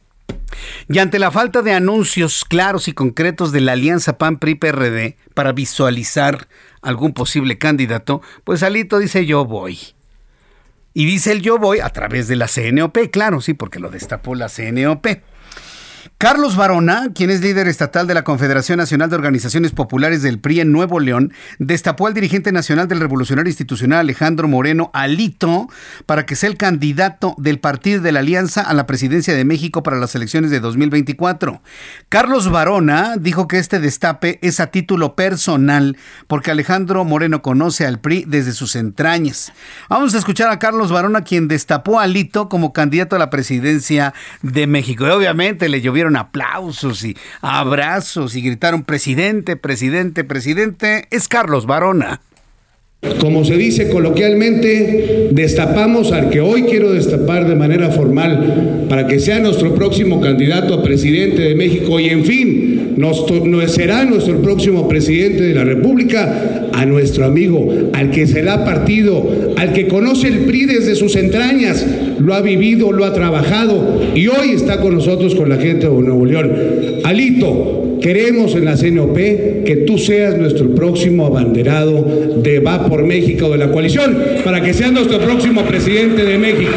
Y ante la falta de anuncios claros y concretos de la alianza P A N P R I P R D para visualizar algún posible candidato, pues Alito dice yo voy. Y dice el yo voy a través de la C N O P, claro, sí, porque lo destapó la C N O P. Carlos Varona, quien es líder estatal de la Confederación Nacional de Organizaciones Populares del P R I en Nuevo León, destapó al dirigente nacional del Revolucionario Institucional Alejandro Moreno Alito para que sea el candidato del Partido de la Alianza a la presidencia de México para las elecciones de dos mil veinticuatro. Carlos Varona dijo que este destape es a título personal porque Alejandro Moreno conoce al P R I desde sus entrañas. Vamos a escuchar a Carlos Varona, quien destapó a Alito como candidato a la presidencia de México. Y obviamente le llovieron aplausos y abrazos y gritaron presidente, presidente, presidente. Es Carlos Varona. Como se dice coloquialmente, destapamos al que hoy quiero destapar de manera formal para que sea nuestro próximo candidato a presidente de México y en fin, nos, nos será nuestro próximo presidente de la República, a nuestro amigo, al que se le ha partido, al que conoce el P R I desde sus entrañas, lo ha vivido, lo ha trabajado y hoy está con nosotros, con la gente de Nuevo León. Alito, queremos en la C N O P que tú seas nuestro próximo abanderado de Va por México de la coalición, para que seas nuestro próximo presidente de México.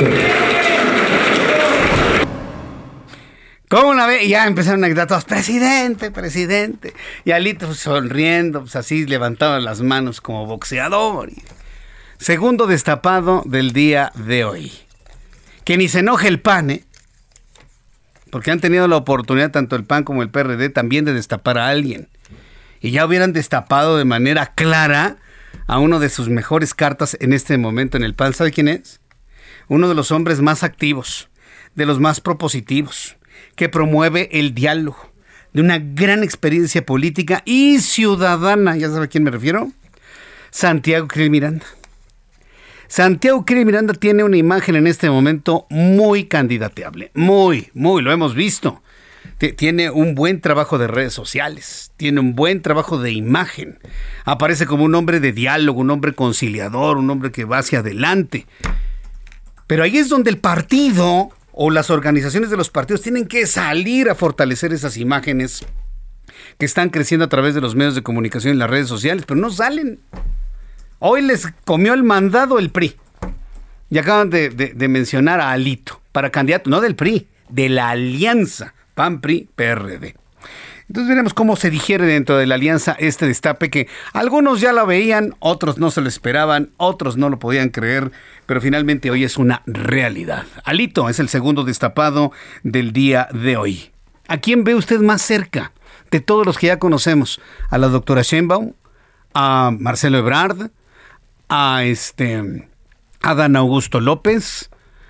¿Cómo una vez? Ya empezaron a gritar todos, presidente, presidente. Y Alito sonriendo, pues así levantaba las manos como boxeador. Segundo destapado del día de hoy. Que ni se enoje el P A N, ¿eh? Porque han tenido la oportunidad, tanto el P A N como el P R D, también de destapar a alguien. Y ya hubieran destapado de manera clara a uno de sus mejores cartas en este momento en el P A N. ¿Sabe quién es? Uno de los hombres más activos, de los más propositivos, que promueve el diálogo, de una gran experiencia política y ciudadana. ¿Ya sabe a quién me refiero? Santiago Krill Miranda. Santiago Krill Miranda tiene una imagen en este momento muy candidateable, muy, muy, lo hemos visto. Tiene un buen trabajo de redes sociales, tiene un buen trabajo de imagen, aparece como un hombre de diálogo, un hombre conciliador, un hombre que va hacia adelante. Pero ahí es donde el partido o las organizaciones de los partidos tienen que salir a fortalecer esas imágenes que están creciendo a través de los medios de comunicación y las redes sociales, pero no salen. Hoy les comió el mandado el P R I. Y acaban de, de, de mencionar a Alito para candidato, no del P R I, de la alianza P A N P R I P R D. Entonces veremos cómo se digiere dentro de la alianza este destape que algunos ya lo veían, otros no se lo esperaban, otros no lo podían creer, pero finalmente hoy es una realidad. Alito es el segundo destapado del día de hoy. ¿A quién ve usted más cerca de todos los que ya conocemos? ¿A la doctora Sheinbaum? ¿A Marcelo Ebrard? ¿A este a Adán Augusto López?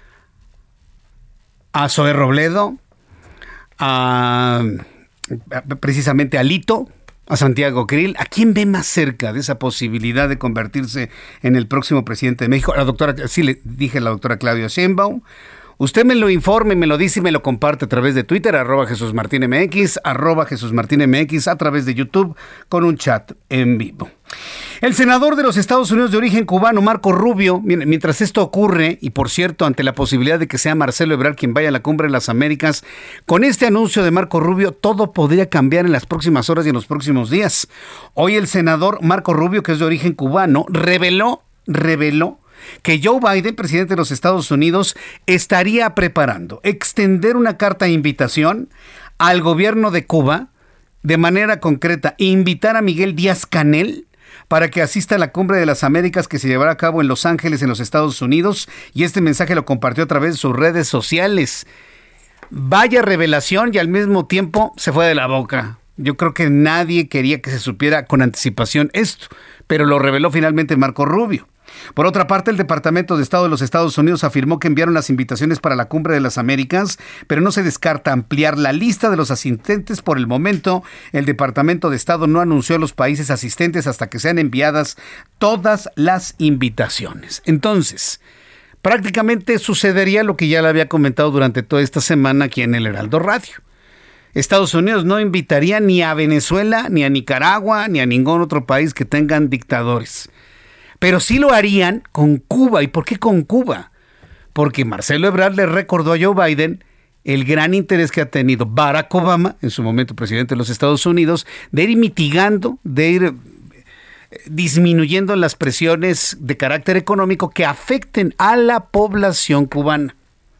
¿A Zoé Robledo? ¿A precisamente a Alito? ¿A Santiago Krill? ¿A quién ve más cerca de esa posibilidad de convertirse en el próximo presidente de México? A la doctora, sí le dije a la doctora Claudia Sheinbaum. Usted me lo informe, me lo dice y me lo comparte a través de Twitter, arroba Jesús Martín M X, arroba Jesús Martín M X, a través de YouTube con un chat en vivo. El senador de los Estados Unidos de origen cubano, Marco Rubio, mientras esto ocurre, y por cierto, ante la posibilidad de que sea Marcelo Ebrard quien vaya a la Cumbre de las Américas, con este anuncio de Marco Rubio, todo podría cambiar en las próximas horas y en los próximos días. Hoy el senador Marco Rubio, que es de origen cubano, reveló, reveló que Joe Biden, presidente de los Estados Unidos, estaría preparando extender una carta de invitación al gobierno de Cuba, de manera concreta, invitar a Miguel Díaz-Canel para que asista a la Cumbre de las Américas que se llevará a cabo en Los Ángeles, en los Estados Unidos, y este mensaje lo compartió a través de sus redes sociales. Vaya revelación, y al mismo tiempo se fue de la boca. Yo creo que nadie quería que se supiera con anticipación esto, pero lo reveló finalmente Marco Rubio. Por otra parte, el Departamento de Estado de los Estados Unidos afirmó que enviaron las invitaciones para la Cumbre de las Américas, pero no se descarta ampliar la lista de los asistentes. Por el momento, el Departamento de Estado no anunció los países asistentes hasta que sean enviadas todas las invitaciones. Entonces, prácticamente sucedería lo que ya le había comentado durante toda esta semana aquí en el Heraldo Radio. Estados Unidos no invitaría ni a Venezuela, ni a Nicaragua, ni a ningún otro país que tengan dictadores. Pero sí lo harían con Cuba. ¿Y por qué con Cuba? Porque Marcelo Ebrard le recordó a Joe Biden el gran interés que ha tenido Barack Obama, en su momento presidente de los Estados Unidos, de ir mitigando, de ir disminuyendo las presiones de carácter económico que afecten a la población cubana.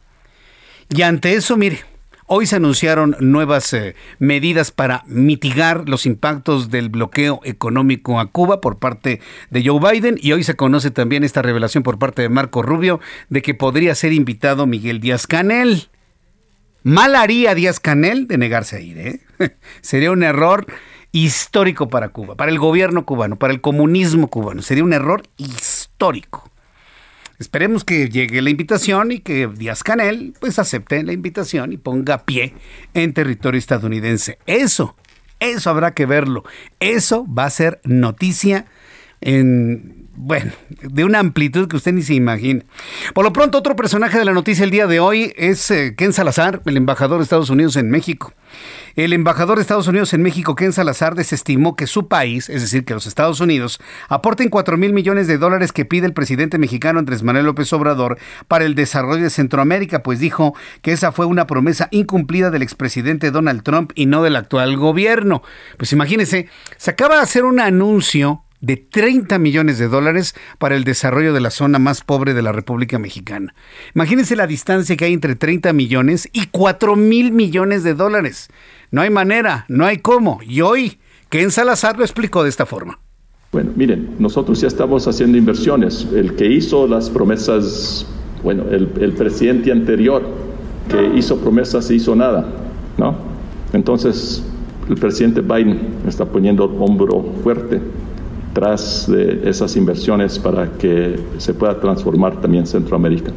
Y ante eso, mire, hoy se anunciaron nuevas eh, medidas para mitigar los impactos del bloqueo económico a Cuba por parte de Joe Biden, y hoy se conoce también esta revelación por parte de Marco Rubio de que podría ser invitado Miguel Díaz-Canel. Mal haría Díaz-Canel de negarse a ir, ¿eh? Sería un error histórico para Cuba, para el gobierno cubano, para el comunismo cubano. Sería un error histórico. Esperemos que llegue la invitación y que Díaz-Canel pues acepte la invitación y ponga pie en territorio estadounidense. Eso, eso habrá que verlo. Eso va a ser noticia en, bueno, de una amplitud que usted ni se imagina. Por lo pronto, otro personaje de la noticia el día de hoy es eh, Ken Salazar, el embajador de Estados Unidos en México. El embajador de Estados Unidos en México, Ken Salazar, desestimó que su país, es decir, que los Estados Unidos, aporten cuatro mil millones de dólares que pide el presidente mexicano Andrés Manuel López Obrador para el desarrollo de Centroamérica, pues dijo que esa fue una promesa incumplida del expresidente Donald Trump y no del actual gobierno. Pues imagínense, se acaba de hacer un anuncio de treinta millones de dólares para el desarrollo de la zona más pobre de la República Mexicana. Imagínense la distancia que hay entre treinta millones y cuatro mil millones de dólares. No hay manera, no hay cómo. Y hoy, Ken Salazar lo explicó de esta forma. Bueno, miren, nosotros ya estamos haciendo inversiones. El que hizo las promesas, bueno, el, el presidente anterior que hizo promesas hizo nada, ¿no? Entonces, el presidente Biden está poniendo el hombro fuerte tras de esas inversiones para que se pueda transformar también Centroamérica.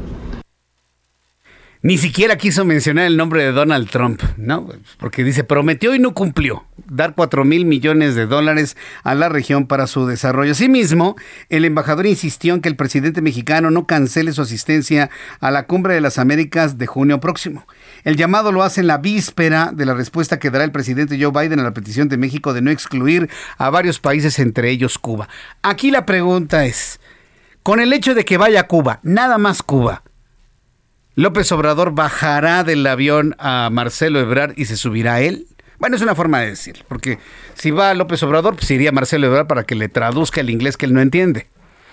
Ni siquiera quiso mencionar el nombre de Donald Trump, ¿no? Porque dice, prometió y no cumplió dar cuatro mil millones de dólares a la región para su desarrollo. Asimismo, el embajador insistió en que el presidente mexicano no cancele su asistencia a la Cumbre de las Américas de junio próximo. El llamado lo hace en la víspera de la respuesta que dará el presidente Joe Biden a la petición de México de no excluir a varios países, entre ellos Cuba. Aquí la pregunta es, con el hecho de que vaya a Cuba, nada más Cuba, ¿López Obrador bajará del avión a Marcelo Ebrard y se subirá a él? Bueno, es una forma de decir, porque si va López Obrador, pues iría Marcelo Ebrard para que le traduzca el inglés que él no entiende.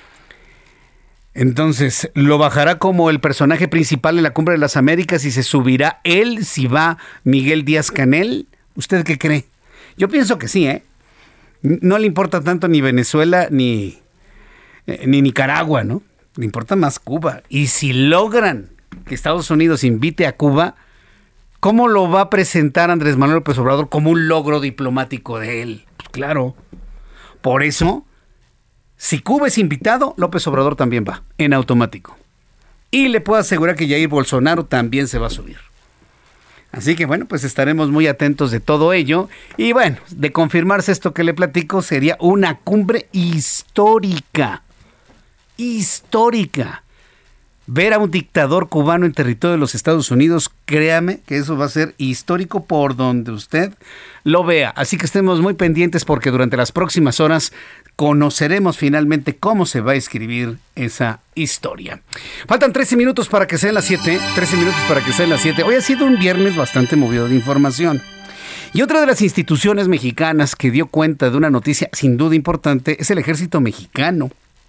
Entonces, ¿lo bajará como el personaje principal en la Cumbre de las Américas y se subirá él si va Miguel Díaz-Canel? ¿Usted qué cree? Yo pienso que sí, ¿eh? No le importa tanto ni Venezuela ni, eh, ni Nicaragua, ¿no? Le importa más Cuba. Y si logran que Estados Unidos invite a Cuba, ¿cómo lo va a presentar Andrés Manuel López Obrador como un logro diplomático de él? Pues claro. Por eso, si Cuba es invitado, López Obrador también va, en automático. Y le puedo asegurar que Jair Bolsonaro también se va a subir. Así que bueno, pues estaremos muy atentos de todo ello. Y bueno, de confirmarse esto que le platico, sería una cumbre histórica. Histórica. Ver a un dictador cubano en territorio de los Estados Unidos, créame que eso va a ser histórico por donde usted lo vea. Así que estemos muy pendientes porque durante las próximas horas conoceremos finalmente cómo se va a escribir esa historia. Faltan trece minutos para que sean las siete. trece minutos para que sean las siete. Hoy ha sido un viernes bastante movido de información. Y otra de las instituciones mexicanas que dio cuenta de una noticia sin duda importante es el Ejército Mexicano.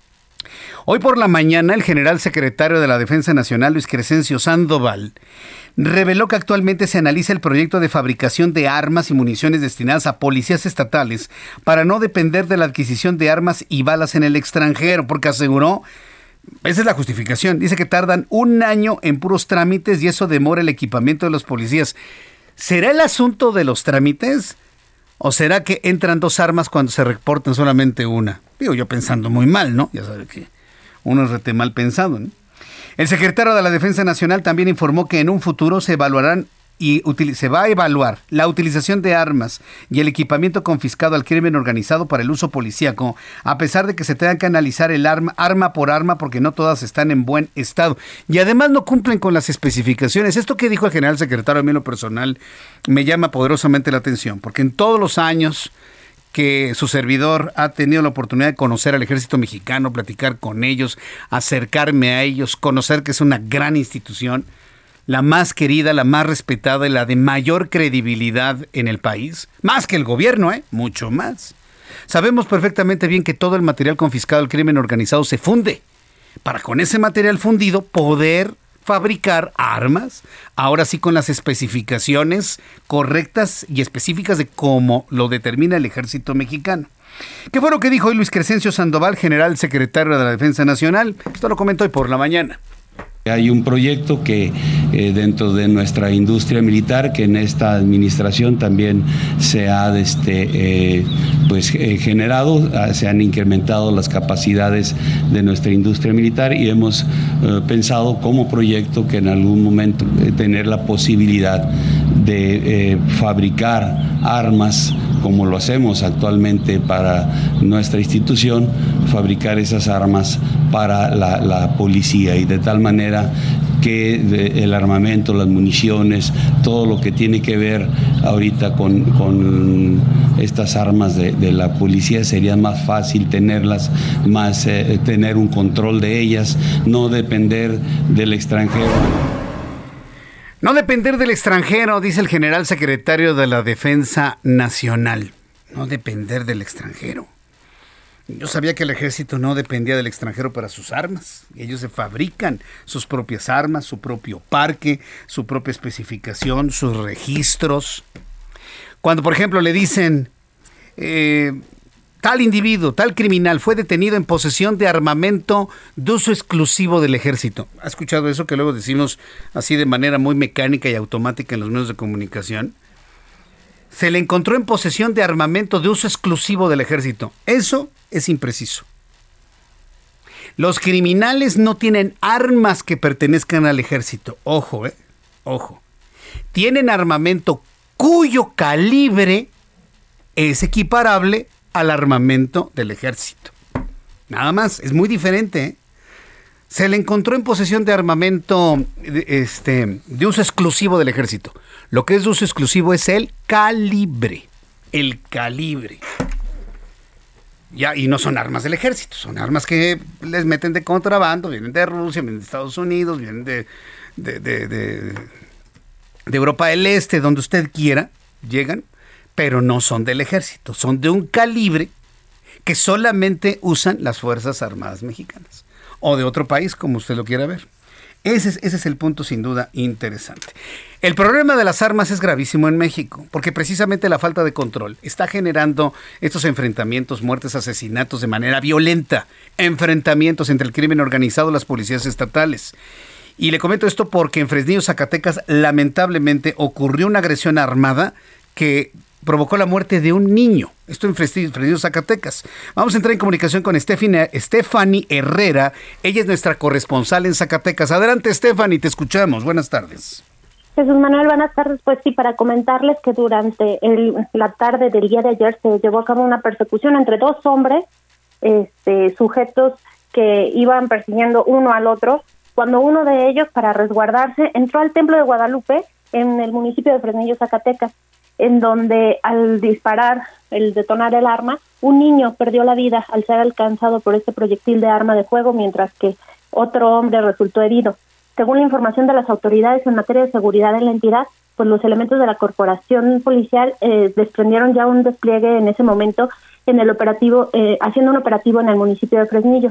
Hoy por la mañana, el general secretario de la Defensa Nacional, Luis Crescencio Sandoval, reveló que actualmente se analiza el proyecto de fabricación de armas y municiones destinadas a policías estatales para no depender de la adquisición de armas y balas en el extranjero, porque aseguró, esa es la justificación, dice que tardan un año en puros trámites y eso demora el equipamiento de los policías. ¿Será el asunto de los trámites? ¿O será que entran dos armas cuando se reportan solamente una? Digo, yo pensando muy mal, ¿no? Ya sabe que uno es rete mal pensado, ¿no? El secretario de la Defensa Nacional también informó que en un futuro se evaluarán y util- se va a evaluar la utilización de armas y el equipamiento confiscado al crimen organizado para el uso policíaco, a pesar de que se tenga que analizar el arma, arma por arma, porque no todas están en buen estado. Y además no cumplen con las especificaciones. Esto que dijo el general secretario, a mí en lo personal, me llama poderosamente la atención, porque en todos los años que su servidor ha tenido la oportunidad de conocer al ejército mexicano, platicar con ellos, acercarme a ellos, conocer que es una gran institución, la más querida, la más respetada y la de mayor credibilidad en el país, más que el gobierno, ¿eh? Mucho más. Sabemos perfectamente bien que todo el material confiscado al crimen organizado se funde, para con ese material fundido poder fabricar armas, ahora sí con las especificaciones correctas y específicas de cómo lo determina el ejército mexicano. ¿Qué fue lo que dijo hoy Luis Crescencio Sandoval, general secretario de la Defensa Nacional? Esto lo comentó hoy por la mañana. Hay un proyecto que eh, dentro de nuestra industria militar, que en esta administración también se ha este, eh, pues, eh, generado, se han incrementado las capacidades de nuestra industria militar y hemos eh, pensado como proyecto que en algún momento eh, tener la posibilidad de eh, fabricar armas como lo hacemos actualmente para nuestra institución, fabricar esas armas para la, la policía y de tal manera que el armamento, las municiones, todo lo que tiene que ver ahorita con, con estas armas de, de la policía sería más fácil tenerlas, más eh, tener un control de ellas, no depender del extranjero. No depender del extranjero, dice el general secretario de la Defensa Nacional. No depender del extranjero. Yo sabía que el ejército no dependía del extranjero para sus armas. Ellos se fabrican sus propias armas, su propio parque, su propia especificación, sus registros. Cuando, por ejemplo, le dicen, eh, tal individuo, tal criminal fue detenido en posesión de armamento de uso exclusivo del ejército. ¿Ha escuchado eso que luego decimos así de manera muy mecánica y automática en los medios de comunicación? Se le encontró en posesión de armamento de uso exclusivo del ejército. Eso es impreciso. Los criminales no tienen armas que pertenezcan al ejército. Ojo, eh, ojo. Tienen armamento cuyo calibre es equiparable al armamento del ejército. Nada más, es muy diferente, ¿eh? Se le encontró en posesión de armamento este, de uso exclusivo del ejército. Lo que es de uso exclusivo es el calibre. El calibre. Ya, y no son armas del ejército, son armas que les meten de contrabando, vienen de Rusia, vienen de Estados Unidos, vienen de, de, de, de, de Europa del Este, donde usted quiera, llegan, pero no son del ejército, son de un calibre que solamente usan las Fuerzas Armadas Mexicanas. O de otro país, como usted lo quiera ver. Ese es, ese es el punto sin duda interesante. El problema de las armas es gravísimo en México, porque precisamente la falta de control está generando estos enfrentamientos, muertes, asesinatos de manera violenta, enfrentamientos entre el crimen organizado y las policías estatales. Y le comento esto porque en Fresnillo, Zacatecas, lamentablemente ocurrió una agresión armada que provocó la muerte de un niño. Esto en Fresnillo, Fresnillo, Zacatecas. Vamos a entrar en comunicación con Stephanie Herrera. Ella es nuestra corresponsal en Zacatecas. Adelante, Stephanie, te escuchamos. Buenas tardes. Jesús Manuel, buenas tardes. Pues sí, para comentarles que durante el, la tarde del día de ayer se llevó a cabo una persecución entre dos hombres, este, sujetos que iban persiguiendo uno al otro, cuando uno de ellos, para resguardarse, entró al Templo de Guadalupe en el municipio de Fresnillo, Zacatecas, en donde al disparar, el detonar el arma, un niño perdió la vida al ser alcanzado por este proyectil de arma de fuego, mientras que otro hombre resultó herido. Según la información de las autoridades en materia de seguridad en la entidad, pues los elementos de la corporación policial eh, desprendieron ya un despliegue en ese momento en el operativo, eh, haciendo un operativo en el municipio de Fresnillo.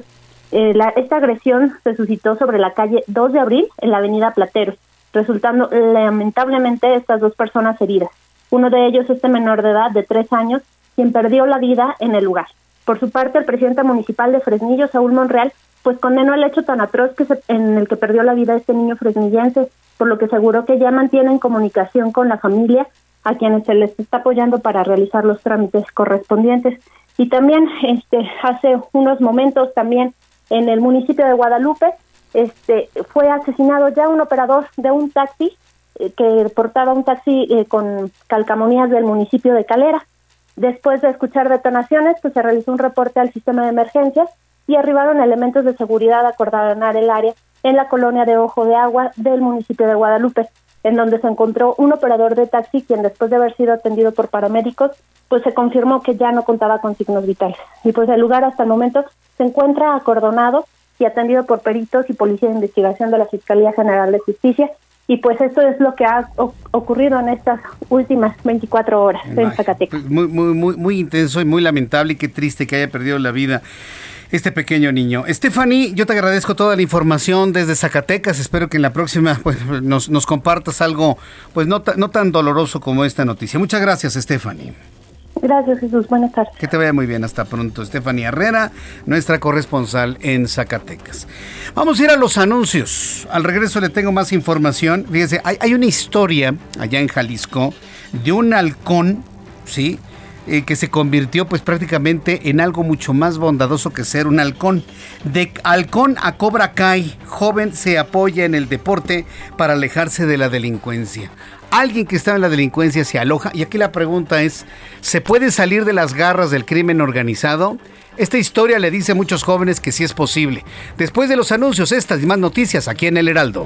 Eh, la, esta agresión se suscitó sobre la calle dos de abril en la avenida Plateros, resultando lamentablemente estas dos personas heridas. Uno de ellos, este menor de edad de tres años, quien perdió la vida en el lugar. Por su parte, el presidente municipal de Fresnillo, Saúl Monreal, pues condenó el hecho tan atroz que se, en el que perdió la vida este niño fresnillense, por lo que aseguró que ya mantienen comunicación con la familia, a quienes se les está apoyando para realizar los trámites correspondientes. Y también este hace unos momentos también en el municipio de Guadalupe este fue asesinado ya un operador de un taxi eh, que portaba un taxi eh, con calcamonías del municipio de Calera. Después de escuchar detonaciones, pues se realizó un reporte al sistema de emergencias y arribaron elementos de seguridad a acordonar el área en la colonia de Ojo de Agua del municipio de Guadalupe, en donde se encontró un operador de taxi quien, después de haber sido atendido por paramédicos, pues se confirmó que ya no contaba con signos vitales. Y pues el lugar hasta el momento se encuentra acordonado y atendido por peritos y policía de investigación de la Fiscalía General de Justicia. Y pues esto es lo que ha o- ocurrido en estas últimas veinticuatro horas Ay, en Zacatecas. Pues muy, muy, muy, muy intenso y muy lamentable y qué triste que haya perdido la vida este pequeño niño. Stephanie, yo te agradezco toda la información desde Zacatecas. Espero que en la próxima pues, nos, nos compartas algo pues no, ta- no tan doloroso como esta noticia. Muchas gracias, Stephanie. Gracias, Jesús. Buenas tardes. Que te vaya muy bien. Hasta pronto. Stephanie Herrera, nuestra corresponsal en Zacatecas. Vamos a ir a los anuncios. Al regreso le tengo más información. Fíjese, hay, hay una historia allá en Jalisco de un halcón, ¿sí?, Eh, que se convirtió pues prácticamente en algo mucho más bondadoso que ser un halcón. De halcón a Cobra Kai, joven se apoya en el deporte para alejarse de la delincuencia. Alguien que estaba en la delincuencia se aloja, y aquí la pregunta es, ¿se puede salir de las garras del crimen organizado? Esta historia le dice a muchos jóvenes que sí es posible. Después de los anuncios, estas y más noticias aquí en El Heraldo.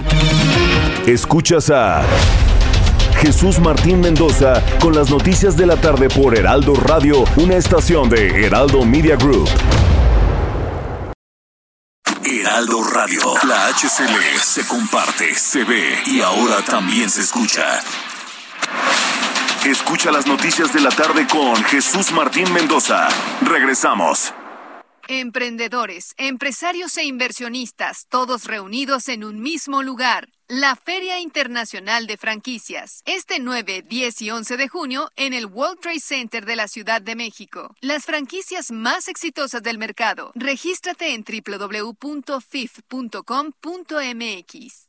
Escuchas a Jesús Martín Mendoza con las noticias de la tarde por Heraldo Radio, una estación de Heraldo Media Group. Heraldo Radio, la H C L se comparte, se ve y ahora también se escucha. Escucha las noticias de la tarde con Jesús Martín Mendoza. Regresamos. Emprendedores, empresarios e inversionistas, todos reunidos en un mismo lugar. La Feria Internacional de Franquicias, este nueve, diez y once de junio en el World Trade Center de la Ciudad de México. Las franquicias más exitosas del mercado. Regístrate en doble u doble u doble u punto f i f punto com punto m x.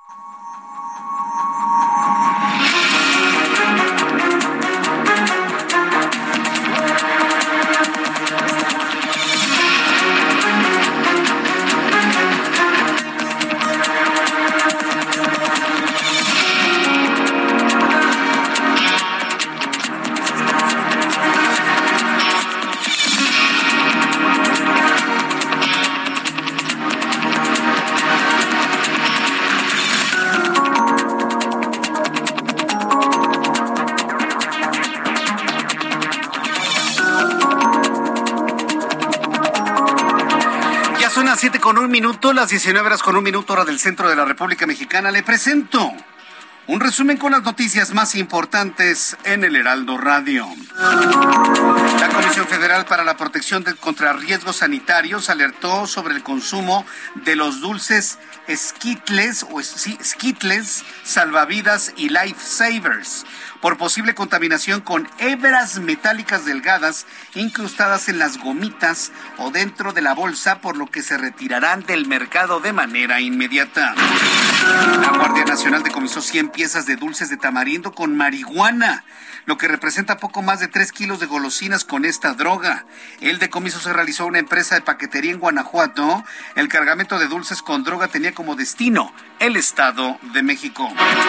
Son las siete con un minuto, las diecinueve horas con un minuto, hora del centro de la República Mexicana. Le presento un resumen con las noticias más importantes en el Heraldo Radio. La Comisión Federal para la Protección de, contra Riesgos Sanitarios alertó sobre el consumo de los dulces Skittles, o sí, Skittles, Salvavidas y Lifesavers por posible contaminación con hebras metálicas delgadas incrustadas en las gomitas o dentro de la bolsa, por lo que se retirarán del mercado de manera inmediata. La Guardia Nacional decomisó cien piezas de dulces de tamarindo con marihuana, lo que representa poco más de tres kilos de golosinas con esta droga. El decomiso se realizó en una empresa de paquetería en Guanajuato. El cargamento de dulces con droga tenía como destino el Estado de México.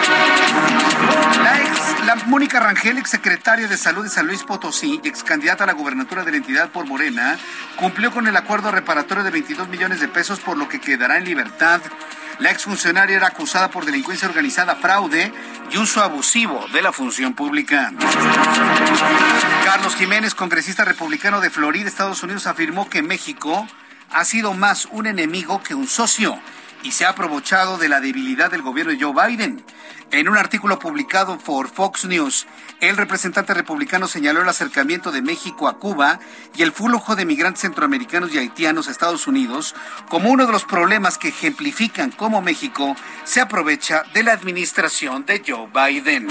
La ex, la Mónica Rangel, exsecretaria de Salud de San Luis Potosí y excandidata a la gubernatura de la entidad por Morena, cumplió con el acuerdo reparatorio de veintidós millones de pesos, por lo que quedará en libertad. La exfuncionaria era acusada por delincuencia organizada, fraude y uso abusivo de la función pública. Carlos Jiménez, congresista republicano de Florida, Estados Unidos, afirmó que México ha sido más un enemigo que un socio y se ha aprovechado de la debilidad del gobierno de Joe Biden. En un artículo publicado por Fox News, el representante republicano señaló el acercamiento de México a Cuba y el flujo de migrantes centroamericanos y haitianos a Estados Unidos como uno de los problemas que ejemplifican cómo México se aprovecha de la administración de Joe Biden.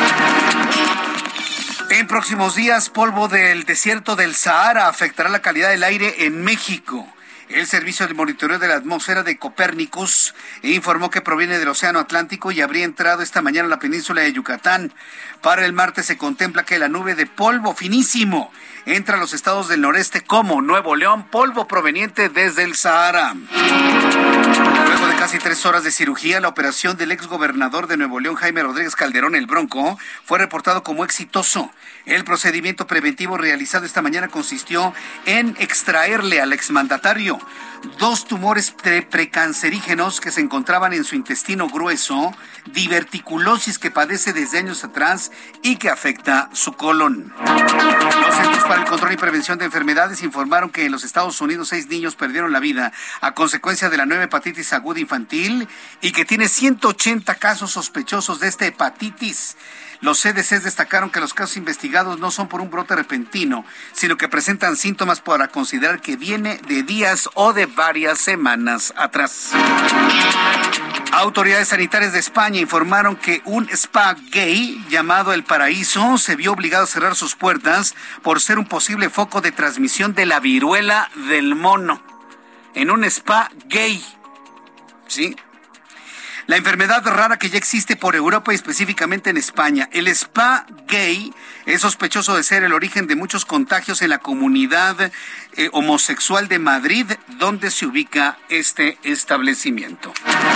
En próximos días, polvo del desierto del Sahara afectará la calidad del aire en México. El Servicio de Monitoreo de la Atmósfera de Copérnicus informó que proviene del Océano Atlántico y habría entrado esta mañana a la península de Yucatán. Para el martes se contempla que la nube de polvo finísimo entra a los estados del noreste como Nuevo León, polvo proveniente desde el Sahara. Luego de casi tres horas de cirugía, la operación del exgobernador de Nuevo León, Jaime Rodríguez Calderón, el Bronco, fue reportado como exitoso. El procedimiento preventivo realizado esta mañana consistió en extraerle al exmandatario dos tumores pre- precancerígenos que se encontraban en su intestino grueso, diverticulosis que padece desde años atrás y que afecta su colon. Los Centros para el Control y Prevención de Enfermedades informaron que en los Estados Unidos seis niños perdieron la vida a consecuencia de la nueva hepatitis aguda infantil y que tiene ciento ochenta casos sospechosos de esta hepatitis. Los C D Cs destacaron que los casos investigados no son por un brote repentino, sino que presentan síntomas para considerar que viene de días o de varias semanas atrás. Autoridades sanitarias de España informaron que un spa gay llamado El Paraíso se vio obligado a cerrar sus puertas por ser un posible foco de transmisión de la viruela del mono. En un spa gay. ¿Sí? La enfermedad rara que ya existe por Europa y específicamente en España. El spa gay es sospechoso de ser el origen de muchos contagios en la comunidad eh, homosexual de Madrid, donde se ubica este establecimiento.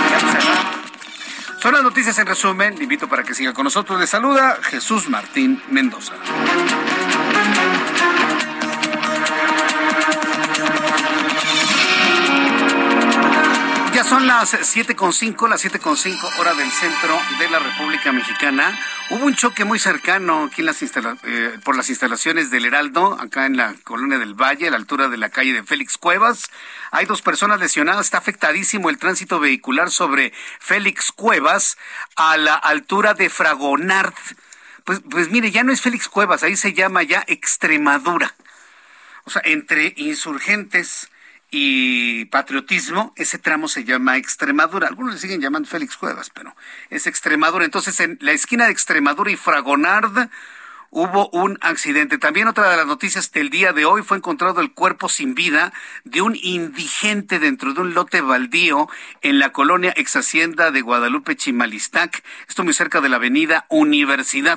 Son las noticias en resumen. Le invito para que siga con nosotros. Le saluda Jesús Martín Mendoza. Ya son las siete con cinco, las siete con cinco hora del centro de la República Mexicana. Hubo un choque muy cercano aquí en las instala- eh, por las instalaciones del Heraldo, acá en la colonia del Valle, a la altura de la calle de Félix Cuevas. Hay dos personas lesionadas, está afectadísimo el tránsito vehicular sobre Félix Cuevas a la altura de Fragonard. Pues, pues mire, ya no es Félix Cuevas, ahí se llama ya Extremadura. O sea, entre Insurgentes y Patriotismo, ese tramo se llama Extremadura. Algunos le siguen llamando Félix Cuevas, pero es Extremadura. Entonces, en la esquina de Extremadura y Fragonard hubo un accidente. También otra de las noticias del día de hoy fue encontrado el cuerpo sin vida de un indigente dentro de un lote baldío en la colonia ex hacienda de Guadalupe Chimalistac, esto muy cerca de la avenida Universidad.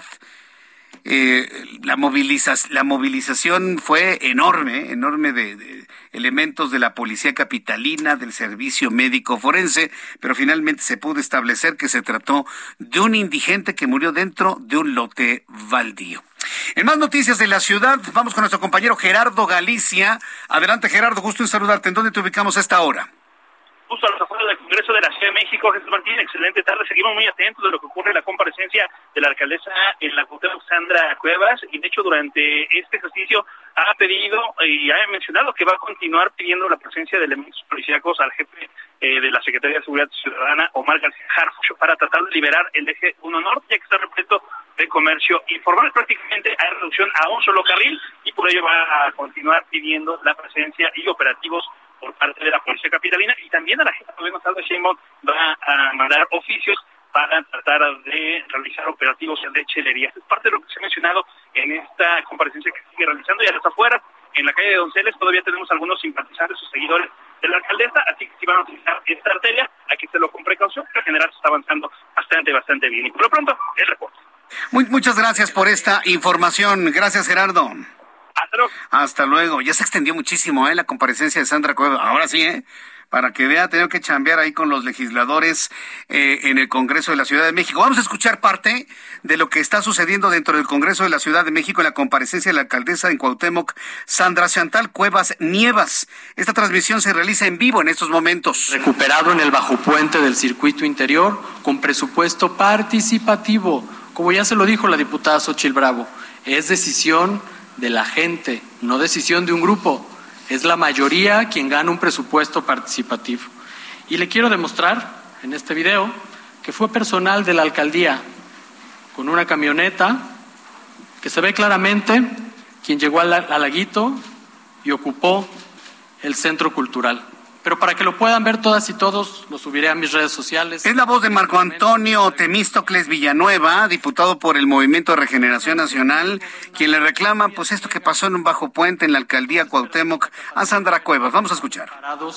Eh, la, moviliza, la movilización fue enorme, enorme de, de elementos de la policía capitalina, del servicio médico forense, pero finalmente se pudo establecer que se trató de un indigente que murió dentro de un lote baldío. En más noticias de la ciudad, vamos con nuestro compañero Gerardo Galicia. Adelante, Gerardo, gusto en saludarte. ¿En dónde te ubicamos a esta hora? Justo a los afueras del Congreso de la Ciudad de México. Jesús Martín, excelente tarde. Seguimos muy atentos de lo que ocurre en la comparecencia de la alcaldesa en la Cuauhtémoc, Sandra Cuevas, y de hecho durante este ejercicio ha pedido y ha mencionado que va a continuar pidiendo la presencia de elementos policíacos al jefe eh, de la Secretaría de Seguridad Ciudadana, Omar García Harfuch, para tratar de liberar el eje uno Norte, ya que está repleto de comercio informal. Prácticamente hay reducción a un solo carril y por ello va a continuar pidiendo la presencia y operativos por parte de la Policía Capitalina, y también a la jefa de gobierno Claudia Sheinbaum va a mandar oficios para tratar de realizar operativos en lechelerías. Es parte de lo que se ha mencionado en esta comparecencia que sigue realizando. Y a las afueras, en la calle de Donceles, todavía tenemos algunos simpatizantes o seguidores de la alcaldesa, así que si van a utilizar esta arteria, hay que hacerlo con precaución, pero en general se está avanzando bastante, bastante bien. Y por lo pronto, el reporte. Muy, muchas gracias por esta información. Gracias, Gerardo. Hasta luego. Hasta luego. Ya se extendió muchísimo, ¿eh? La comparecencia de Sandra Cuevas. Ahora sí, ¿eh? Para que vea, tengo que chambear ahí con los legisladores eh, en el Congreso de la Ciudad de México. Vamos a escuchar parte de lo que está sucediendo dentro del Congreso de la Ciudad de México en la comparecencia de la alcaldesa en Cuauhtémoc, Sandra Chantal Cuevas Nievas. Esta transmisión se realiza en vivo en estos momentos. Recuperado en el bajo puente del circuito interior con presupuesto participativo. Como ya se lo dijo la diputada Xóchitl Bravo, es decisión de la gente, no decisión de un grupo. Es la mayoría quien gana un presupuesto participativo. Y le quiero demostrar en este video que fue personal de la alcaldía con una camioneta que se ve claramente quien llegó al, al laguito y ocupó el centro cultural. Pero para que lo puedan ver todas y todos, lo subiré a mis redes sociales. Es la voz de Marco Antonio Temístocles Villanueva, diputado por el Movimiento de Regeneración Nacional, quien le reclama pues esto que pasó en un bajo puente en la alcaldía Cuauhtémoc a Sandra Cuevas. Vamos a escuchar.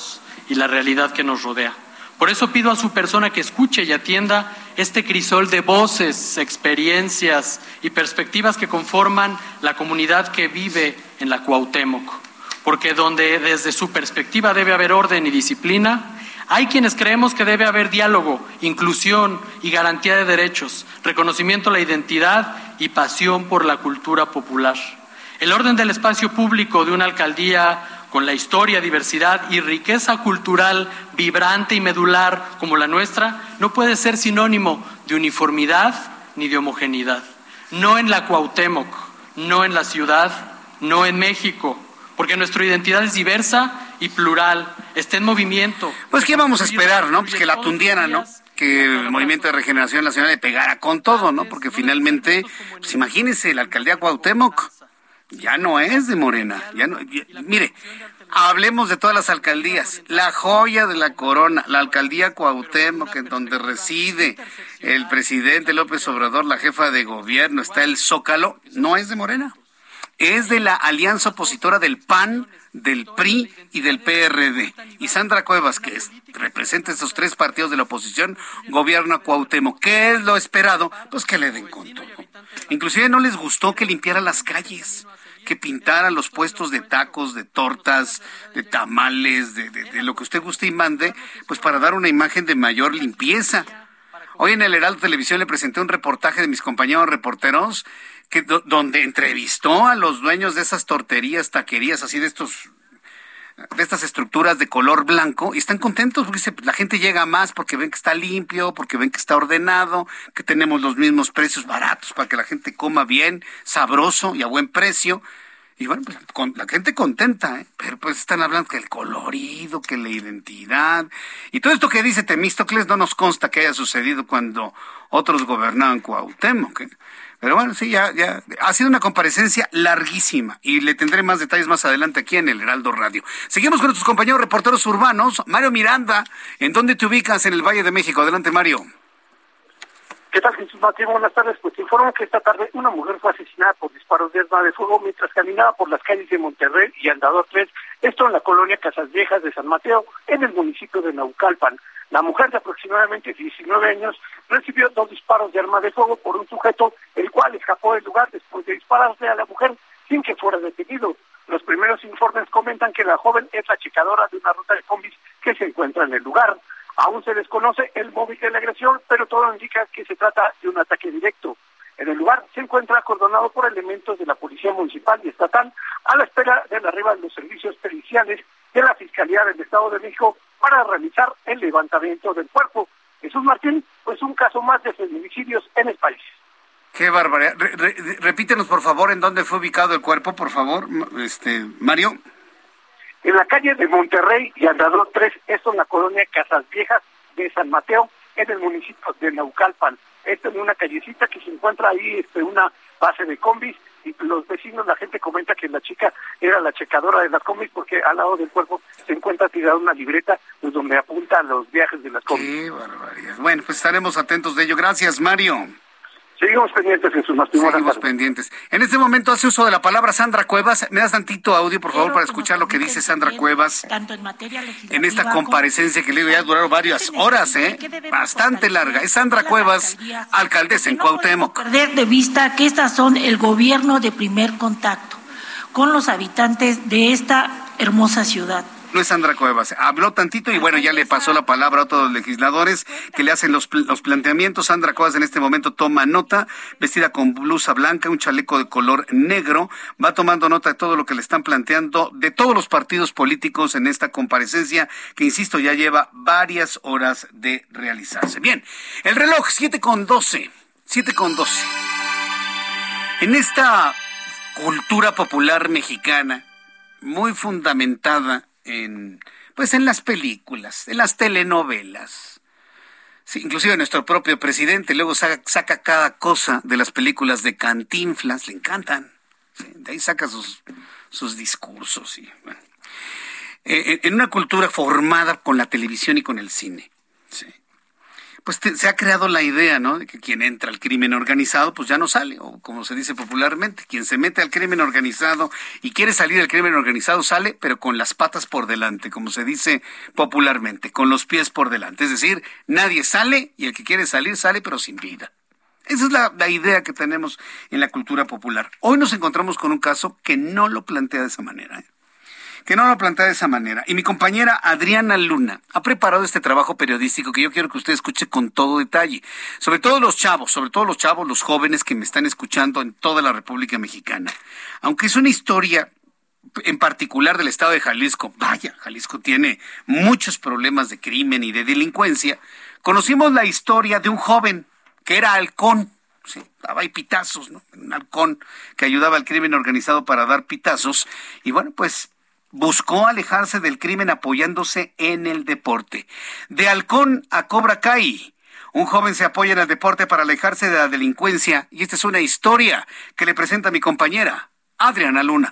Y la realidad que nos rodea. Por eso pido a su persona que escuche y atienda este crisol de voces, experiencias y perspectivas que conforman la comunidad que vive en la Cuauhtémoc. Porque donde desde su perspectiva debe haber orden y disciplina, hay quienes creemos que debe haber diálogo, inclusión y garantía de derechos, reconocimiento a la identidad y pasión por la cultura popular. El orden del espacio público de una alcaldía con la historia, diversidad y riqueza cultural vibrante y medular como la nuestra, no puede ser sinónimo de uniformidad ni de homogeneidad. No en la Cuauhtémoc, no en la ciudad, no en México, porque nuestra identidad es diversa y plural, está en movimiento. Pues qué vamos a esperar, ¿no? Pues que la tundiera, ¿no? Que el Movimiento de Regeneración Nacional le pegara con todo, ¿no? Porque finalmente, pues imagínense, la alcaldía Cuauhtémoc ya no es de Morena. Ya no, ya, mire, hablemos de todas las alcaldías. La joya de la corona, la alcaldía Cuauhtémoc, en donde reside el presidente López Obrador, la jefa de gobierno, está el Zócalo, no es de Morena. Es de la alianza opositora del P A N, del P R I y del P R D. Y Sandra Cuevas, que es, representa estos tres partidos de la oposición, gobierna Cuauhtémoc. ¿Qué es lo esperado? Pues que le den con todo. Inclusive no les gustó que limpiara las calles, que pintara los puestos de tacos, de tortas, de tamales, de, de, de lo que usted guste y mande, pues para dar una imagen de mayor limpieza. Hoy en el Heraldo Televisión le presenté un reportaje de mis compañeros reporteros que do, donde entrevistó a los dueños de esas torterías, taquerías, así de estos de estas estructuras de color blanco, y están contentos porque dice, la gente llega más porque ven que está limpio, porque ven que está ordenado, que tenemos los mismos precios baratos para que la gente coma bien, sabroso y a buen precio. Y bueno, pues con la gente contenta, ¿eh? Pero pues están hablando que el colorido, que la identidad, y todo esto que dice Temístocles no nos consta que haya sucedido cuando otros gobernaban Cuauhtémoc, ¿eh? Pero bueno, sí, ya, ya, ha sido una comparecencia larguísima y le tendré más detalles más adelante aquí en el Heraldo Radio. Seguimos con nuestros compañeros reporteros urbanos. Mario Miranda, ¿en dónde te ubicas en el Valle de México? Adelante, Mario. ¿Qué tal, Jesús Martín? Buenas tardes. Pues te informo que esta tarde una mujer fue asesinada por disparos de arma de fuego mientras caminaba por las calles de Monterrey y Andador tres, esto en la colonia Casas Viejas de San Mateo, en el municipio de Naucalpan. La mujer de aproximadamente diecinueve años recibió dos disparos de arma de fuego por un sujeto, el cual escapó del lugar después de dispararse a la mujer sin que fuera detenido. Los primeros informes comentan que la joven es la checadora de una ruta de combis que se encuentra en el lugar. Aún se desconoce el móvil de la agresión, pero todo indica que se trata de un ataque directo. En el lugar se encuentra acordonado por elementos de la Policía Municipal y Estatal a la espera del arribo de los servicios periciales de la Fiscalía del Estado de México para realizar el levantamiento del cuerpo. Jesús Martín, pues un caso más de feminicidios en el país. Qué barbaridad. Re, re, repítenos, por favor, en dónde fue ubicado el cuerpo, por favor, este Mario. En la calle de Monterrey y Andador tres, esto en la colonia Casas Viejas de San Mateo, en el municipio de Naucalpan. Esto en una callecita que se encuentra ahí, este, una base de combis, y los vecinos, la gente comenta que la chica era la checadora de las combis porque al lado del cuerpo se encuentra tirada una libreta pues, donde apunta los viajes de las combis. Qué barbaridad. Bueno, pues estaremos atentos de ello. Gracias, Mario. Seguimos pendientes, Jesús Martín. Seguimos pendientes. En este momento hace uso de la palabra Sandra Cuevas. ¿Me das tantito audio, por favor, para escuchar lo que dice Sandra Cuevas? Tanto en materia legislativa, en esta comparecencia que le digo ya duraron varias horas, ¿eh? Bastante larga. Es Sandra Cuevas, alcaldesa en Cuauhtémoc. No perder de vista que estas son el gobierno de primer contacto con los habitantes de esta hermosa ciudad. No es Sandra Cuevas, habló tantito y bueno, ya le pasó la palabra a todos los legisladores que le hacen los, los planteamientos. Sandra Cuevas en este momento toma nota, vestida con blusa blanca, un chaleco de color negro, va tomando nota de todo lo que le están planteando de todos los partidos políticos en esta comparecencia que, insisto, ya lleva varias horas de realizarse. Bien, el reloj, siete con doce, siete con doce. En esta cultura popular mexicana, muy fundamentada en Pues en las películas, en las telenovelas. Sí, inclusive nuestro propio presidente luego saca, saca cada cosa de las películas de Cantinflas, le encantan. Sí, de ahí saca sus, sus discursos. Y, bueno. eh, en una cultura formada con la televisión y con el cine, sí, pues te, se ha creado la idea, ¿no?, de que quien entra al crimen organizado, pues ya no sale, o como se dice popularmente, quien se mete al crimen organizado y quiere salir del crimen organizado sale, pero con las patas por delante, como se dice popularmente, con los pies por delante. Es decir, nadie sale y el que quiere salir sale, pero sin vida. Esa es la, la idea que tenemos en la cultura popular. Hoy nos encontramos con un caso que no lo plantea de esa manera, ¿eh? que no lo plantea de esa manera. Y mi compañera Adriana Luna ha preparado este trabajo periodístico que yo quiero que usted escuche con todo detalle. Sobre todo los chavos, sobre todo los chavos, los jóvenes que me están escuchando en toda la República Mexicana. Aunque es una historia en particular del estado de Jalisco, vaya, Jalisco tiene muchos problemas de crimen y de delincuencia, conocimos la historia de un joven que era halcón. Sí, daba ahí pitazos, ¿no? Un halcón que ayudaba al crimen organizado para dar pitazos. Y bueno, pues buscó alejarse del crimen apoyándose en el deporte. De halcón a Cobra Kai, un joven se apoya en el deporte para alejarse de la delincuencia. Y esta es una historia que le presenta mi compañera Adriana Luna.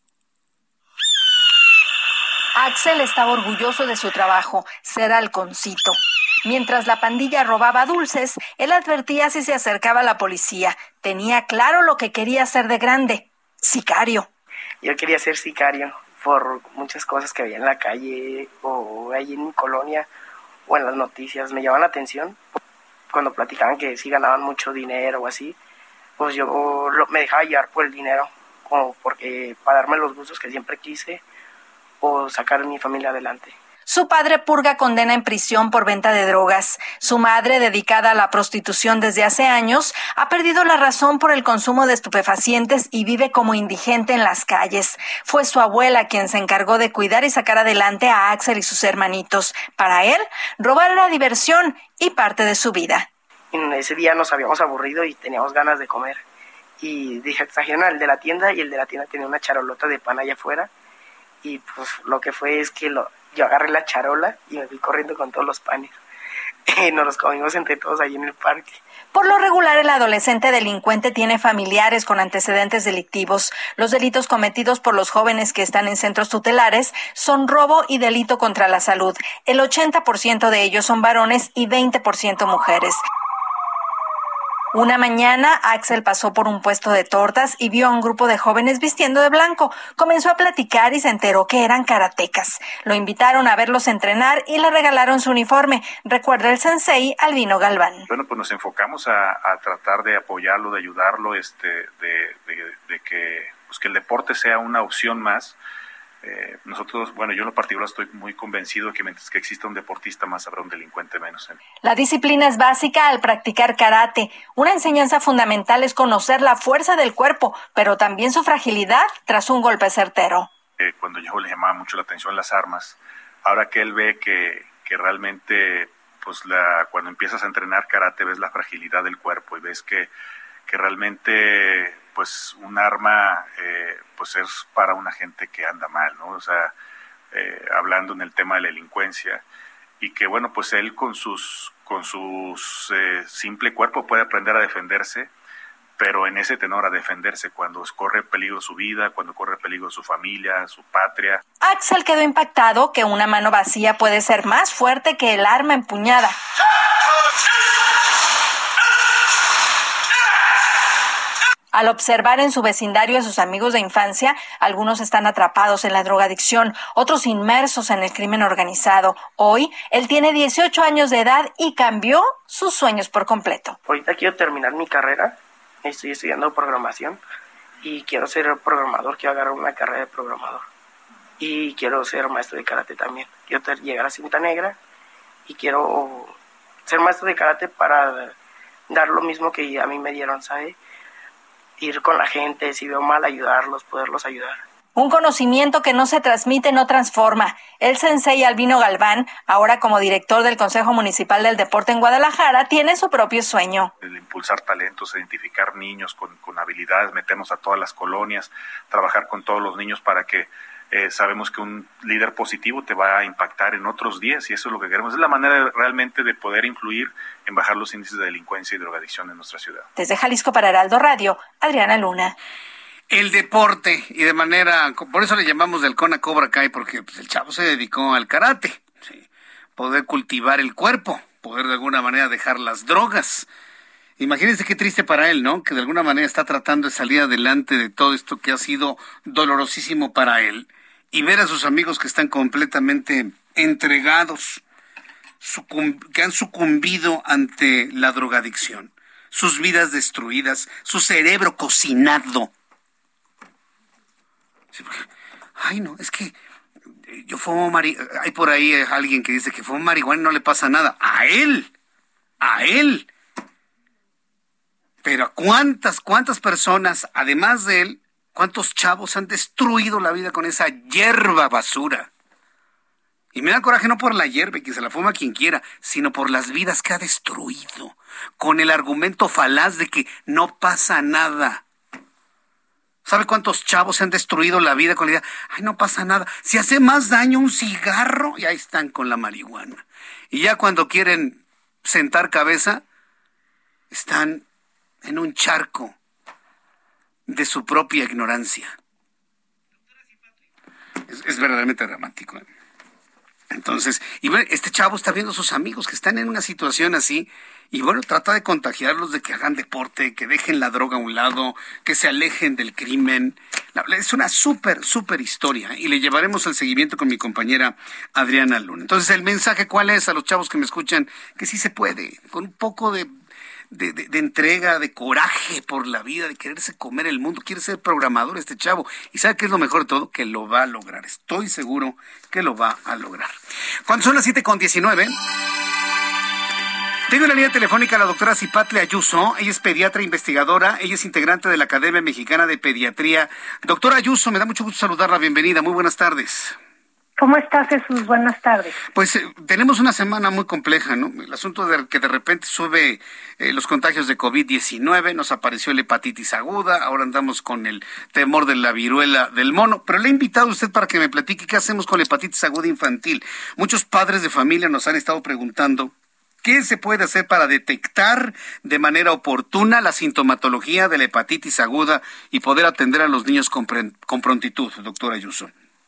Axel estaba orgulloso de su trabajo, ser halconcito. Mientras la pandilla robaba dulces, él advertía si se acercaba a la policía. Tenía claro lo que quería hacer de grande: sicario. Yo quería ser sicario por muchas cosas que veía en la calle o ahí en mi colonia o en las noticias. Me llamaban la atención cuando platicaban que sí ganaban mucho dinero o así. Pues yo lo, me dejaba llevar por el dinero, como porque para darme los gustos que siempre quise o sacar a mi familia adelante. Su padre purga condena en prisión por venta de drogas. Su madre, dedicada a la prostitución desde hace años, ha perdido la razón por el consumo de estupefacientes y vive como indigente en las calles. Fue su abuela quien se encargó de cuidar y sacar adelante a Axel y sus hermanitos. Para él, robar era diversión y parte de su vida. En ese día nos habíamos aburrido y teníamos ganas de comer. Y dije, trajeron al de la tienda y el de la tienda tenía una charolota de pan allá afuera. Y pues lo que fue es que lo... yo agarré la charola y me fui corriendo con todos los panes. Eh, nos los comimos entre todos ahí en el parque. Por lo regular, el adolescente delincuente tiene familiares con antecedentes delictivos. Los delitos cometidos por los jóvenes que están en centros tutelares son robo y delito contra la salud. El ochenta por ciento de ellos son varones y veinte por ciento mujeres. Una mañana, Axel pasó por un puesto de tortas y vio a un grupo de jóvenes vistiendo de blanco. Comenzó a platicar y se enteró que eran karatecas. Lo invitaron a verlos entrenar y le regalaron su uniforme. Recuerda el sensei Albino Galván. Bueno, pues nos enfocamos a, a tratar de apoyarlo, de ayudarlo, este, de, de, de que, pues que el deporte sea una opción más. Eh, nosotros, bueno, yo en lo particular estoy muy convencido de que mientras que exista un deportista más habrá un delincuente menos. La disciplina es básica al practicar karate. Una enseñanza fundamental es conocer la fuerza del cuerpo, pero también su fragilidad tras un golpe certero. Eh, cuando yo le llamaba mucho la atención las armas, ahora que él ve que, que realmente, pues la, cuando empiezas a entrenar karate ves la fragilidad del cuerpo y ves que, que realmente... pues un arma eh, pues es para una gente que anda mal, ¿no? O sea, eh, hablando en el tema de la delincuencia, y que bueno, pues él con sus con sus eh, simple cuerpo puede aprender a defenderse, pero en ese tenor a defenderse cuando corre peligro su vida, cuando corre peligro su familia, su patria. Axel quedó impactado que una mano vacía puede ser más fuerte que el arma empuñada. Al observar en su vecindario a sus amigos de infancia, algunos están atrapados en la drogadicción, otros inmersos en el crimen organizado. Hoy, él tiene dieciocho años de edad y cambió sus sueños por completo. Ahorita quiero terminar mi carrera, estoy estudiando programación y quiero ser programador, quiero agarrar una carrera de programador. Y quiero ser maestro de karate también. Quiero llegar a cinta negra y quiero ser maestro de karate para dar lo mismo que a mí me dieron, ¿sabe? Ir con la gente, si veo mal, ayudarlos, poderlos ayudar. Un conocimiento que no se transmite, no transforma. El sensei Albino Galván, ahora como director del Consejo Municipal del Deporte en Guadalajara, tiene su propio sueño. El impulsar talentos, identificar niños con, con habilidades, meternos a todas las colonias, trabajar con todos los niños para que eh, sabemos que un líder positivo te va a impactar en otros diez y eso es lo que queremos. Es la manera realmente de poder influir en bajar los índices de delincuencia y drogadicción en nuestra ciudad. Desde Jalisco para Heraldo Radio, Adriana Luna. El deporte, y de manera, por eso le llamamos de halcón a Cobra Kai, porque pues, el chavo se dedicó al karate, ¿sí? Poder cultivar el cuerpo, poder de alguna manera dejar las drogas. Imagínense qué triste para él, ¿no? Que de alguna manera está tratando de salir adelante de todo esto que ha sido dolorosísimo para él, y ver a sus amigos que están completamente entregados, sucumb- que han sucumbido ante la drogadicción, sus vidas destruidas, su cerebro cocinado. Ay, no, es que yo fumo marihuana. Hay por ahí alguien que dice que fuma marihuana y no le pasa nada. A él, a él. Pero cuántas, cuántas personas, además de él, cuántos chavos han destruido la vida con esa hierba basura. Y me da coraje no por la hierba, que se la fuma quien quiera, sino por las vidas que ha destruido, con el argumento falaz de que no pasa nada. ¿Sabe cuántos chavos han destruido la vida con la idea? Ay, no pasa nada. Si hace más daño un cigarro, y ahí están con la marihuana. Y ya cuando quieren sentar cabeza, están en un charco de su propia ignorancia. Es, es verdaderamente dramático, ¿eh? Entonces, y bueno, este chavo está viendo a sus amigos que están en una situación así, y bueno, trata de contagiarlos de que hagan deporte, que dejen la droga a un lado, que se alejen del crimen. Es una súper, súper historia, ¿eh? Y le llevaremos el seguimiento con mi compañera Adriana Luna. Entonces, el mensaje, ¿cuál es a los chavos que me escuchan? Que sí se puede, con un poco de... De, de, de entrega, de coraje por la vida, de quererse comer el mundo. Quiere ser programador este chavo. ¿Y sabe qué es lo mejor de todo? Que lo va a lograr. Estoy seguro que lo va a lograr. Cuando son las siete con diecinueve, tengo en la línea telefónica a la doctora Cipatle Ayuso. Ella es pediatra investigadora. Ella es integrante de la Academia Mexicana de Pediatría. Doctora Ayuso, me da mucho gusto saludarla. Bienvenida. Muy buenas tardes. ¿Cómo estás, Jesús? Buenas tardes. Pues eh, tenemos una semana muy compleja, ¿no? El asunto de que de repente sube eh, los contagios de covid diecinueve, nos apareció la hepatitis aguda, ahora andamos con el temor de la viruela del mono, pero le he invitado a usted para que me platique qué hacemos con la hepatitis aguda infantil. Muchos padres de familia nos han estado preguntando qué se puede hacer para detectar de manera oportuna la sintomatología de la hepatitis aguda y poder atender a los niños con, pre- con prontitud, doctora Ayuso.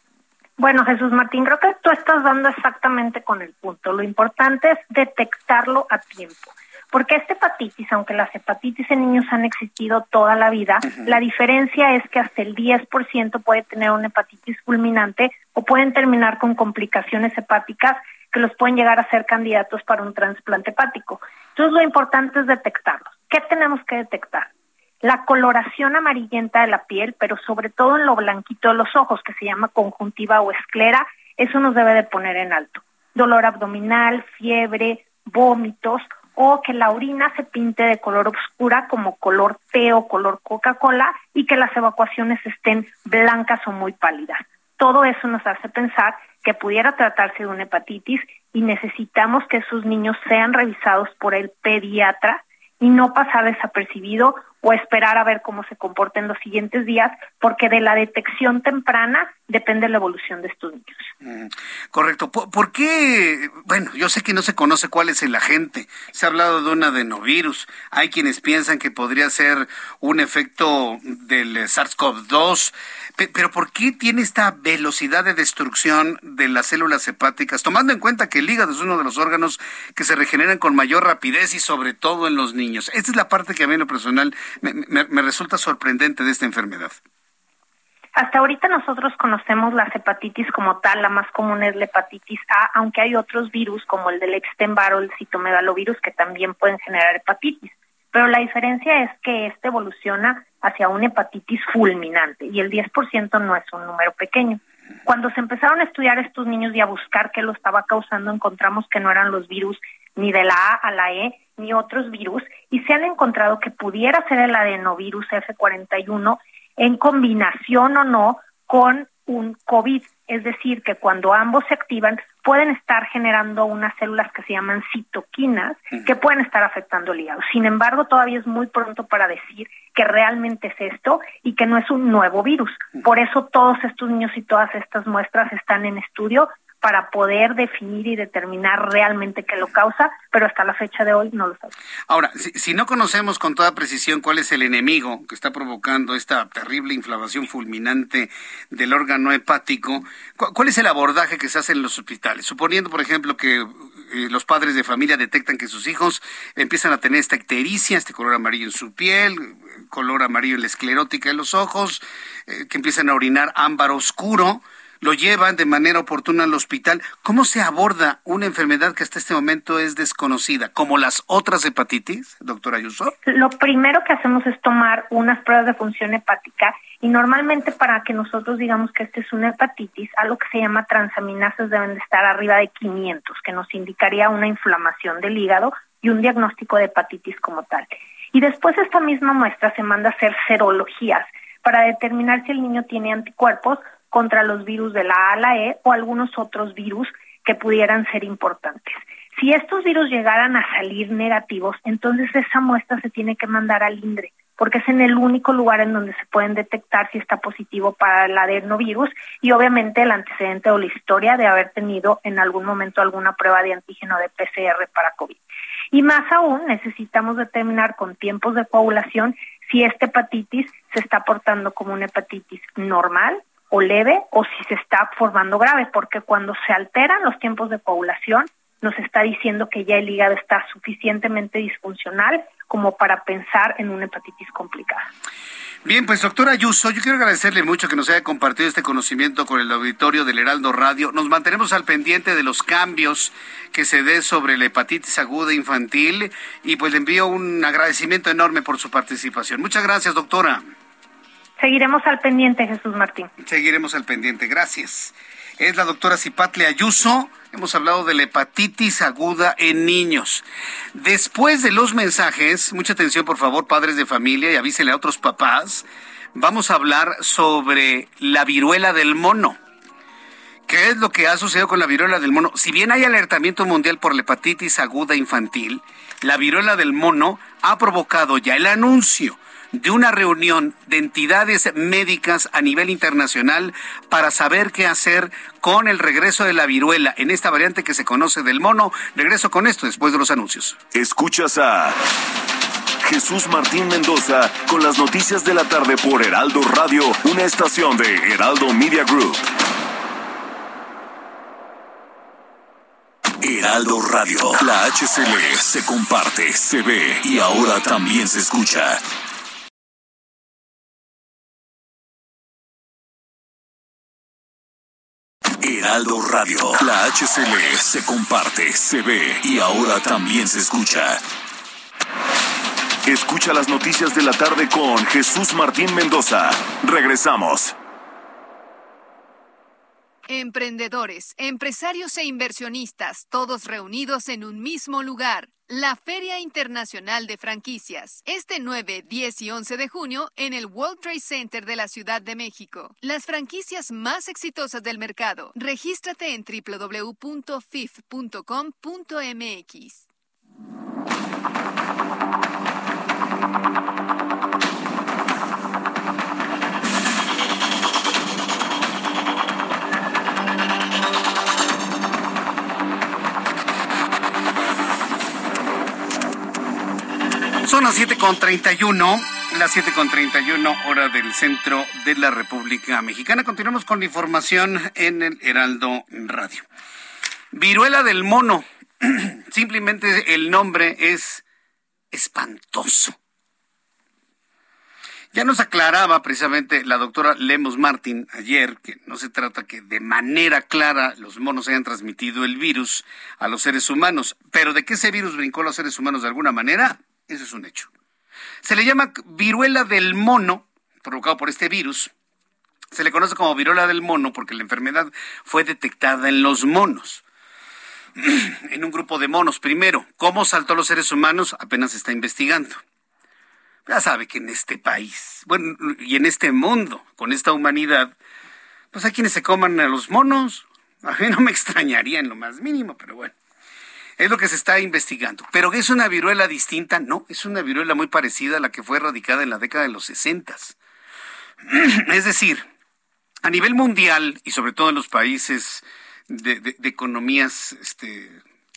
Bueno, Jesús Martín, creo que tú estás dando exactamente con el punto. Lo importante es detectarlo a tiempo, porque esta hepatitis, aunque las hepatitis en niños han existido toda la vida, uh-huh. La diferencia es que hasta el diez por ciento puede tener una hepatitis fulminante o pueden terminar con complicaciones hepáticas que los pueden llegar a ser candidatos para un trasplante hepático. Entonces, lo importante es detectarlos. ¿Qué tenemos que detectar? La coloración amarillenta de la piel, pero sobre todo en lo blanquito de los ojos, que se llama conjuntiva o esclera, eso nos debe de poner en alto. Dolor abdominal, fiebre, vómitos, o que la orina se pinte de color oscura como color té o color Coca-Cola y que las evacuaciones estén blancas o muy pálidas. Todo eso nos hace pensar que pudiera tratarse de una hepatitis y necesitamos que esos niños sean revisados por el pediatra y no pasar desapercibido o esperar a ver cómo se comporta en los siguientes días, porque de la detección temprana depende la evolución de estos niños. Mm, correcto. ¿Por, ¿Por qué? Bueno, yo sé que no se conoce cuál es el agente. Se ha hablado de un adenovirus. Hay quienes piensan que podría ser un efecto del SARS-CoV dos. Pero ¿por qué tiene esta velocidad de destrucción de las células hepáticas? Tomando en cuenta que el hígado es uno de los órganos que se regeneran con mayor rapidez y sobre todo en los niños. Esta es la parte que a mí en lo personal me, me, me resulta sorprendente de esta enfermedad. Hasta ahorita nosotros conocemos las hepatitis como tal, la más común es la hepatitis A, aunque hay otros virus como el del Epstein-Barr o el citomegalovirus que también pueden generar hepatitis. Pero la diferencia es que este evoluciona hacia una hepatitis fulminante y el diez por ciento no es un número pequeño. Cuando se empezaron a estudiar estos niños y a buscar qué lo estaba causando, encontramos que no eran los virus ni de la A a la E, ni otros virus, y se han encontrado que pudiera ser el adenovirus F cuarenta y uno en combinación o no con un COVID. Es decir, que cuando ambos se activan, pueden estar generando unas células que se llaman citoquinas, que pueden estar afectando el hígado. Sin embargo, todavía es muy pronto para decir que realmente es esto y que no es un nuevo virus. Por eso todos estos niños y todas estas muestras están en estudio para poder definir y determinar realmente qué lo causa, pero hasta la fecha de hoy no lo sabemos. Ahora, si, si no conocemos con toda precisión cuál es el enemigo que está provocando esta terrible inflamación fulminante del órgano hepático, ¿cu- ¿cuál es el abordaje que se hace en los hospitales? Suponiendo, por ejemplo, que eh, los padres de familia detectan que sus hijos empiezan a tener esta ictericia, este color amarillo en su piel, color amarillo en la esclerótica de los ojos, eh, que empiezan a orinar ámbar oscuro, lo llevan de manera oportuna al hospital. ¿Cómo se aborda una enfermedad que hasta este momento es desconocida, como las otras hepatitis, doctora Ayuso? Lo primero que hacemos es tomar unas pruebas de función hepática y normalmente para que nosotros digamos que este es una hepatitis, algo que se llama transaminasas deben de estar arriba de quinientos, que nos indicaría una inflamación del hígado y un diagnóstico de hepatitis como tal. Y después esta misma muestra se manda a hacer serologías para determinar si el niño tiene anticuerpos contra los virus de la A, la E o algunos otros virus que pudieran ser importantes. Si estos virus llegaran a salir negativos, entonces esa muestra se tiene que mandar al INDRE, porque es en el único lugar en donde se pueden detectar si está positivo para el adenovirus y obviamente el antecedente o la historia de haber tenido en algún momento alguna prueba de antígeno de P C R para COVID. Y más aún, necesitamos determinar con tiempos de coagulación si esta hepatitis se está portando como una hepatitis normal o leve o si se está formando grave, porque cuando se alteran los tiempos de coagulación nos está diciendo que ya el hígado está suficientemente disfuncional como para pensar en una hepatitis complicada. Bien, pues doctora Ayuso, yo quiero agradecerle mucho que nos haya compartido este conocimiento con el auditorio del Heraldo Radio. Nos mantenemos al pendiente de los cambios que se dé sobre la hepatitis aguda infantil y pues le envío un agradecimiento enorme por su participación. Muchas gracias, doctora. Seguiremos al pendiente, Jesús Martín. Seguiremos al pendiente, gracias. Es la doctora Cipatle Ayuso. Hemos hablado de la hepatitis aguda en niños. Después de los mensajes, mucha atención por favor, padres de familia, y avísenle a otros papás, vamos a hablar sobre la viruela del mono. ¿Qué es lo que ha sucedido con la viruela del mono? Si bien hay alertamiento mundial por la hepatitis aguda infantil, la viruela del mono ha provocado ya el anuncio de una reunión de entidades médicas a nivel internacional para saber qué hacer con el regreso de la viruela en esta variante que se conoce del mono. Regreso con esto después de los anuncios. Escuchas a Jesús Martín Mendoza con las noticias de la tarde por Heraldo Radio, una estación de Heraldo Media Group. Heraldo Radio, la H C L se comparte, se ve y ahora también se escucha. Heraldo Radio, la H C L se comparte, se ve y ahora también se escucha. Escucha las noticias de la tarde con Jesús Martín Mendoza. Regresamos. Emprendedores, empresarios e inversionistas, todos reunidos en un mismo lugar. La Feria Internacional de Franquicias, este nueve, diez y once de junio en el World Trade Center de la Ciudad de México. Las franquicias más exitosas del mercado. Regístrate en doble u doble u doble u punto f i f punto com punto m x. Son las siete con treinta y uno, las siete con treinta y uno hora del centro de la República Mexicana. Continuamos con la información en el Heraldo Radio. Viruela del mono. Simplemente el nombre es espantoso. Ya nos aclaraba precisamente la doctora Lemos Martín ayer que no se trata que de manera clara los monos hayan transmitido el virus a los seres humanos, pero de que ese virus brincó a los seres humanos de alguna manera, eso es un hecho. Se le llama viruela del mono, provocado por este virus. Se le conoce como viruela del mono porque la enfermedad fue detectada en los monos. En un grupo de monos primero. ¿Cómo saltó a los seres humanos? Apenas se está investigando. Ya sabe que en este país, bueno, y en este mundo, con esta humanidad, pues hay quienes se coman a los monos. A mí no me extrañaría en lo más mínimo, pero bueno. Es lo que se está investigando. ¿Pero es una viruela distinta? No, es una viruela muy parecida a la que fue erradicada en la década de los sesentas. Es decir, a nivel mundial, y sobre todo en los países de, de, de economías este,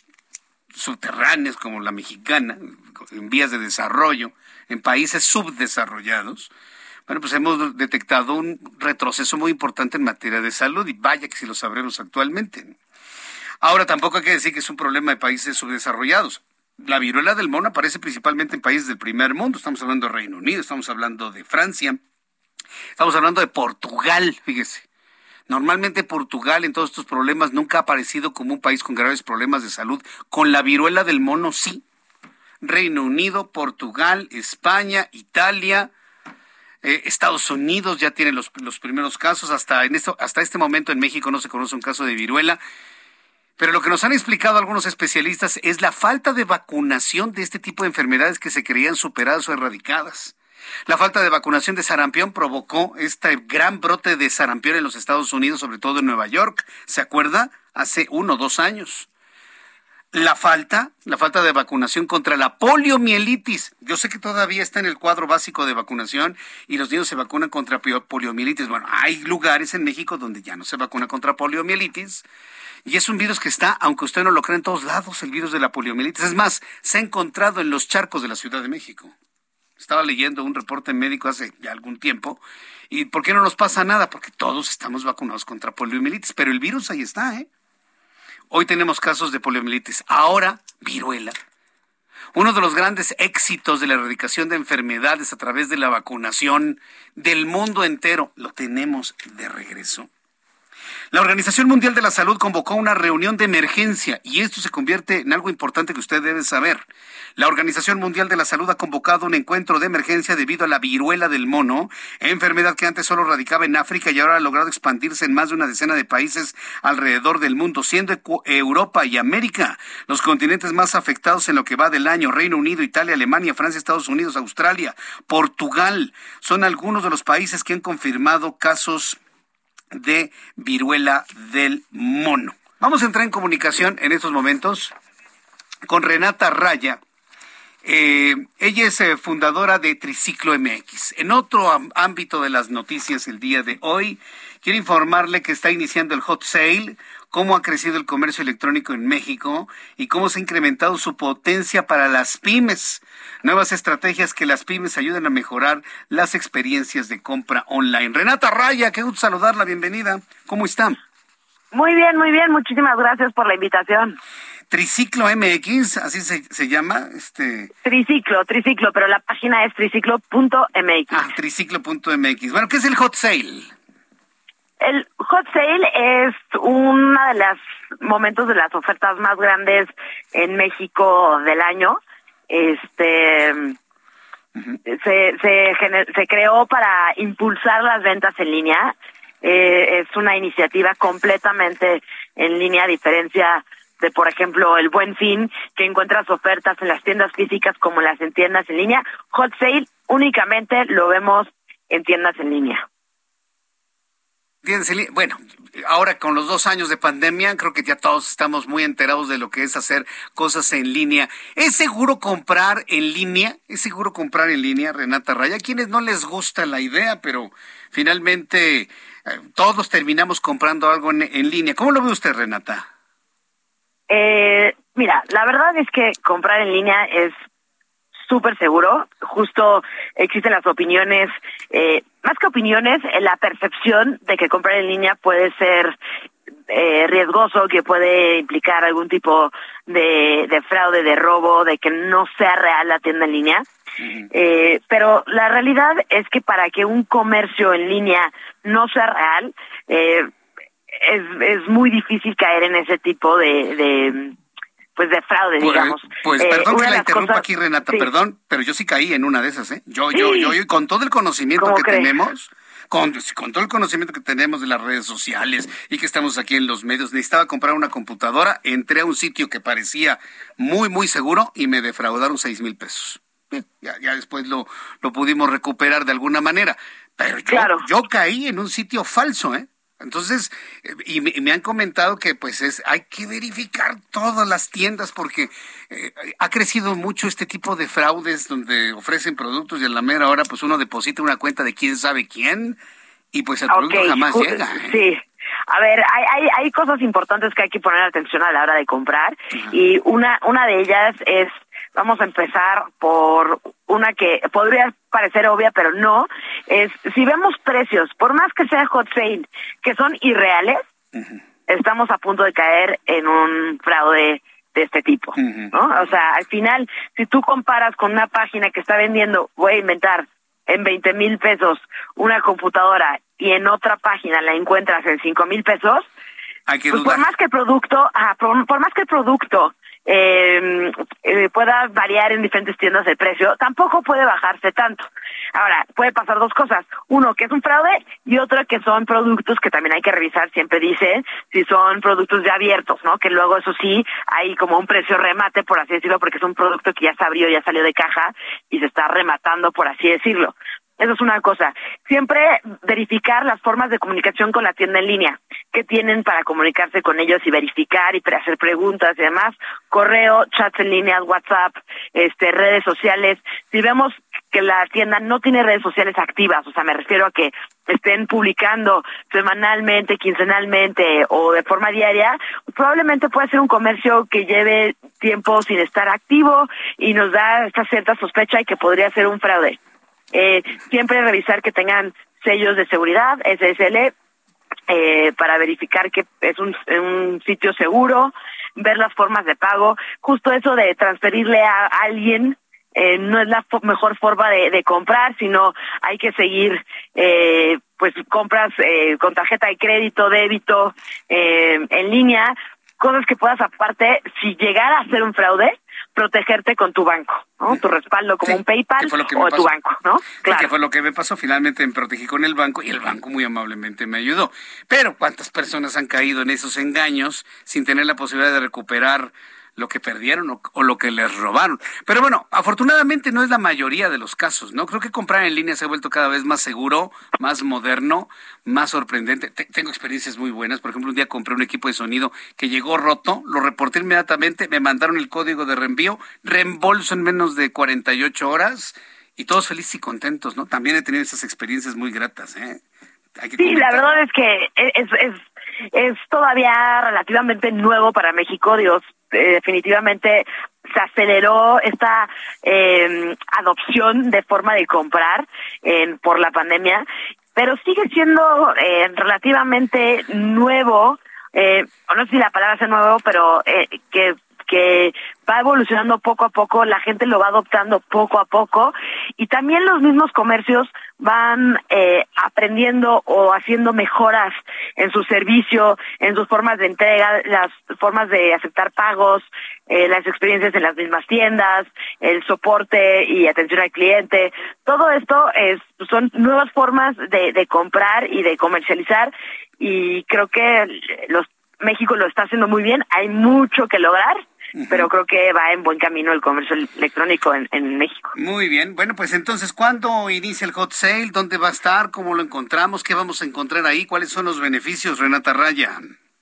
subterráneas como la mexicana, en vías de desarrollo, en países subdesarrollados, bueno, pues hemos detectado un retroceso muy importante en materia de salud, y vaya que si lo sabremos actualmente. Ahora, tampoco hay que decir que es un problema de países subdesarrollados. La viruela del mono aparece principalmente en países del primer mundo. Estamos hablando de Reino Unido, estamos hablando de Francia, estamos hablando de Portugal, fíjese. Normalmente Portugal en todos estos problemas nunca ha aparecido como un país con graves problemas de salud. Con la viruela del mono sí. Reino Unido, Portugal, España, Italia, eh, Estados Unidos ya tienen los, los primeros casos. Hasta, en esto, hasta este momento en México no se conoce un caso de viruela. Pero lo que nos han explicado algunos especialistas es la falta de vacunación de este tipo de enfermedades que se creían superadas o erradicadas. La falta de vacunación de sarampión provocó este gran brote de sarampión en los Estados Unidos, sobre todo en Nueva York. ¿Se acuerda? Hace uno o dos años. La falta, la falta de vacunación contra la poliomielitis. Yo sé que todavía está en el cuadro básico de vacunación y los niños se vacunan contra poliomielitis. Bueno, hay lugares en México donde ya no se vacuna contra poliomielitis. Y es un virus que está, aunque usted no lo crea, en todos lados, el virus de la poliomielitis. Es más, se ha encontrado en los charcos de la Ciudad de México. Estaba leyendo un reporte médico hace ya algún tiempo. ¿Y por qué no nos pasa nada? Porque todos estamos vacunados contra poliomielitis, pero el virus ahí está, ¿eh? Hoy tenemos casos de poliomielitis. Ahora, viruela. Uno de los grandes éxitos de la erradicación de enfermedades a través de la vacunación del mundo entero, lo tenemos de regreso. La Organización Mundial de la Salud convocó una reunión de emergencia y esto se convierte en algo importante que usted debe saber. La Organización Mundial de la Salud ha convocado un encuentro de emergencia debido a la viruela del mono, enfermedad que antes solo radicaba en África y ahora ha logrado expandirse en más de una decena de países alrededor del mundo, siendo Europa y América los continentes más afectados en lo que va del año. Reino Unido, Italia, Alemania, Francia, Estados Unidos, Australia, Portugal son algunos de los países que han confirmado casos de viruela del mono. Vamos a entrar en comunicación en estos momentos con Renata Raya. Eh, ella es eh, fundadora de Triciclo M X. En otro am- ámbito de las noticias el día de hoy, quiero informarle que está iniciando el hot sale, cómo ha crecido el comercio electrónico en México y cómo se ha incrementado su potencia para las pymes. Nuevas estrategias que las pymes ayuden a mejorar las experiencias de compra online. Renata Raya, qué gusto saludarla, bienvenida. ¿Cómo está? Muy bien, muy bien, muchísimas gracias por la invitación. Triciclo M X, así se, se llama. este Triciclo, Triciclo, pero la página es triciclo punto m x. Ah, triciclo punto m x. Bueno, ¿qué es el hot sale? El hot sale es uno de los momentos de las ofertas más grandes en México del año. Este uh-huh. se, se, se creó para impulsar las ventas en línea. Eh, es una iniciativa completamente en línea, a diferencia de, por ejemplo, el Buen Fin, que encuentras ofertas en las tiendas físicas como en las en tiendas en línea. Hot sale únicamente lo vemos en tiendas en línea. Bueno, ahora con los dos años de pandemia, creo que ya todos estamos muy enterados de lo que es hacer cosas en línea. ¿Es seguro comprar en línea? ¿Es seguro comprar en línea, Renata Raya? A quienes no les gusta la idea, pero finalmente eh, todos terminamos comprando algo en, en línea. ¿Cómo lo ve usted, Renata? Eh, mira, la verdad es que comprar en línea es súper seguro. Justo existen las opiniones, eh, más que opiniones, la percepción de que comprar en línea puede ser eh, riesgoso, que puede implicar algún tipo de, de fraude, de robo, de que no sea real la tienda en línea. Uh-huh. Eh, pero la realidad es que para que un comercio en línea no sea real, eh, es, es muy difícil caer en ese tipo de... de pues de fraude, pues, digamos. Pues eh, perdón que la interrumpa cosas, aquí, Renata, sí. perdón, pero yo sí caí en una de esas, ¿eh? Yo, yo, sí. yo, yo, con todo el conocimiento que crees? tenemos, con, con todo el conocimiento que tenemos de las redes sociales y que estamos aquí en los medios, necesitaba comprar una computadora, entré a un sitio que parecía muy, muy seguro y me defraudaron seis mil pesos. Bien, ya, ya después lo, lo pudimos recuperar de alguna manera, pero yo, claro. yo caí en un sitio falso, ¿eh? Entonces, y me, y me han comentado que pues es hay que verificar todas las tiendas porque eh, ha crecido mucho este tipo de fraudes donde ofrecen productos y a la mera hora pues uno deposita una cuenta de quién sabe quién y pues el producto okay. jamás Ju- llega. ¿eh? Sí. A ver, hay, hay hay cosas importantes que hay que poner atención a la hora de comprar. Ajá. Y una una de ellas es, vamos a empezar por una que podría parecer obvia, pero no, es si vemos precios, por más que sea hot sale, que son irreales, uh-huh. estamos a punto de caer en un fraude de este tipo, uh-huh. ¿no? O sea, al final, si tú comparas con una página que está vendiendo, voy a inventar, en veinte mil pesos una computadora y en otra página la encuentras en cinco mil pesos, hay que pues dudar. por más que el producto, ah, por, por más que el producto Eh, eh, pueda variar en diferentes tiendas de precio, tampoco puede bajarse tanto. Ahora, puede pasar dos cosas. Uno, que es un fraude, y otro, que son productos que también hay que revisar, siempre dice, si son productos ya abiertos, ¿no? Que luego, eso sí, hay como un precio remate, por así decirlo, porque es un producto que ya se abrió, ya salió de caja, y se está rematando, por así decirlo. Eso es una cosa. Siempre verificar las formas de comunicación con la tienda en línea. ¿Qué tienen para comunicarse con ellos y verificar y para hacer preguntas y demás? Correo, chats en línea, WhatsApp, este, redes sociales. Si vemos que la tienda no tiene redes sociales activas, o sea, me refiero a que estén publicando semanalmente, quincenalmente o de forma diaria, probablemente puede ser un comercio que lleve tiempo sin estar activo y nos da esta cierta sospecha y que podría ser un fraude. Eh, siempre revisar que tengan sellos de seguridad, S S L, eh, para verificar que es un, un sitio seguro, ver las formas de pago. Justo eso de transferirle a alguien eh, no es la fo- mejor forma de, de comprar, sino hay que seguir eh, pues compras eh, con tarjeta de crédito, débito, eh, en línea, cosas que puedas, aparte, si llegara a ser un fraude, protegerte con tu banco, ¿no? Tu respaldo como sí, un PayPal o tu banco, ¿no? Claro. Que fue lo que me pasó, finalmente me protegí con el banco y el banco muy amablemente me ayudó. Pero ¿cuántas personas han caído en esos engaños sin tener la posibilidad de recuperar lo que perdieron o, o lo que les robaron? Pero bueno, afortunadamente no es la mayoría de los casos, ¿no? Creo que comprar en línea se ha vuelto cada vez más seguro, más moderno, más sorprendente. Te, tengo experiencias muy buenas. Por ejemplo, un día compré un equipo de sonido que llegó roto, lo reporté inmediatamente, me mandaron el código de reenvío, reembolso en menos de cuarenta y ocho horas y todos felices y contentos, ¿no? También he tenido esas experiencias muy gratas, ¿eh? Hay que sí, comentar. La verdad es que es, es, es todavía relativamente nuevo para México, Dios. Eh, definitivamente se aceleró esta eh, adopción de forma de comprar eh, por la pandemia, pero sigue siendo eh, relativamente nuevo, eh, no sé si la palabra es nuevo, pero eh, que que va evolucionando poco a poco, la gente lo va adoptando poco a poco y también los mismos comercios van eh, aprendiendo o haciendo mejoras en su servicio, en sus formas de entrega, las formas de aceptar pagos, eh, las experiencias en las mismas tiendas, el soporte y atención al cliente. Todo esto es son nuevas formas de, de comprar y de comercializar y creo que los México lo está haciendo muy bien, hay mucho que lograr. Uh-huh. Pero creo que va en buen camino el comercio electrónico en, en México. Muy bien. Bueno, pues entonces, ¿cuándo inicia el hot sale? ¿Dónde va a estar? ¿Cómo lo encontramos? ¿Qué vamos a encontrar ahí? ¿Cuáles son los beneficios, Renata Raya?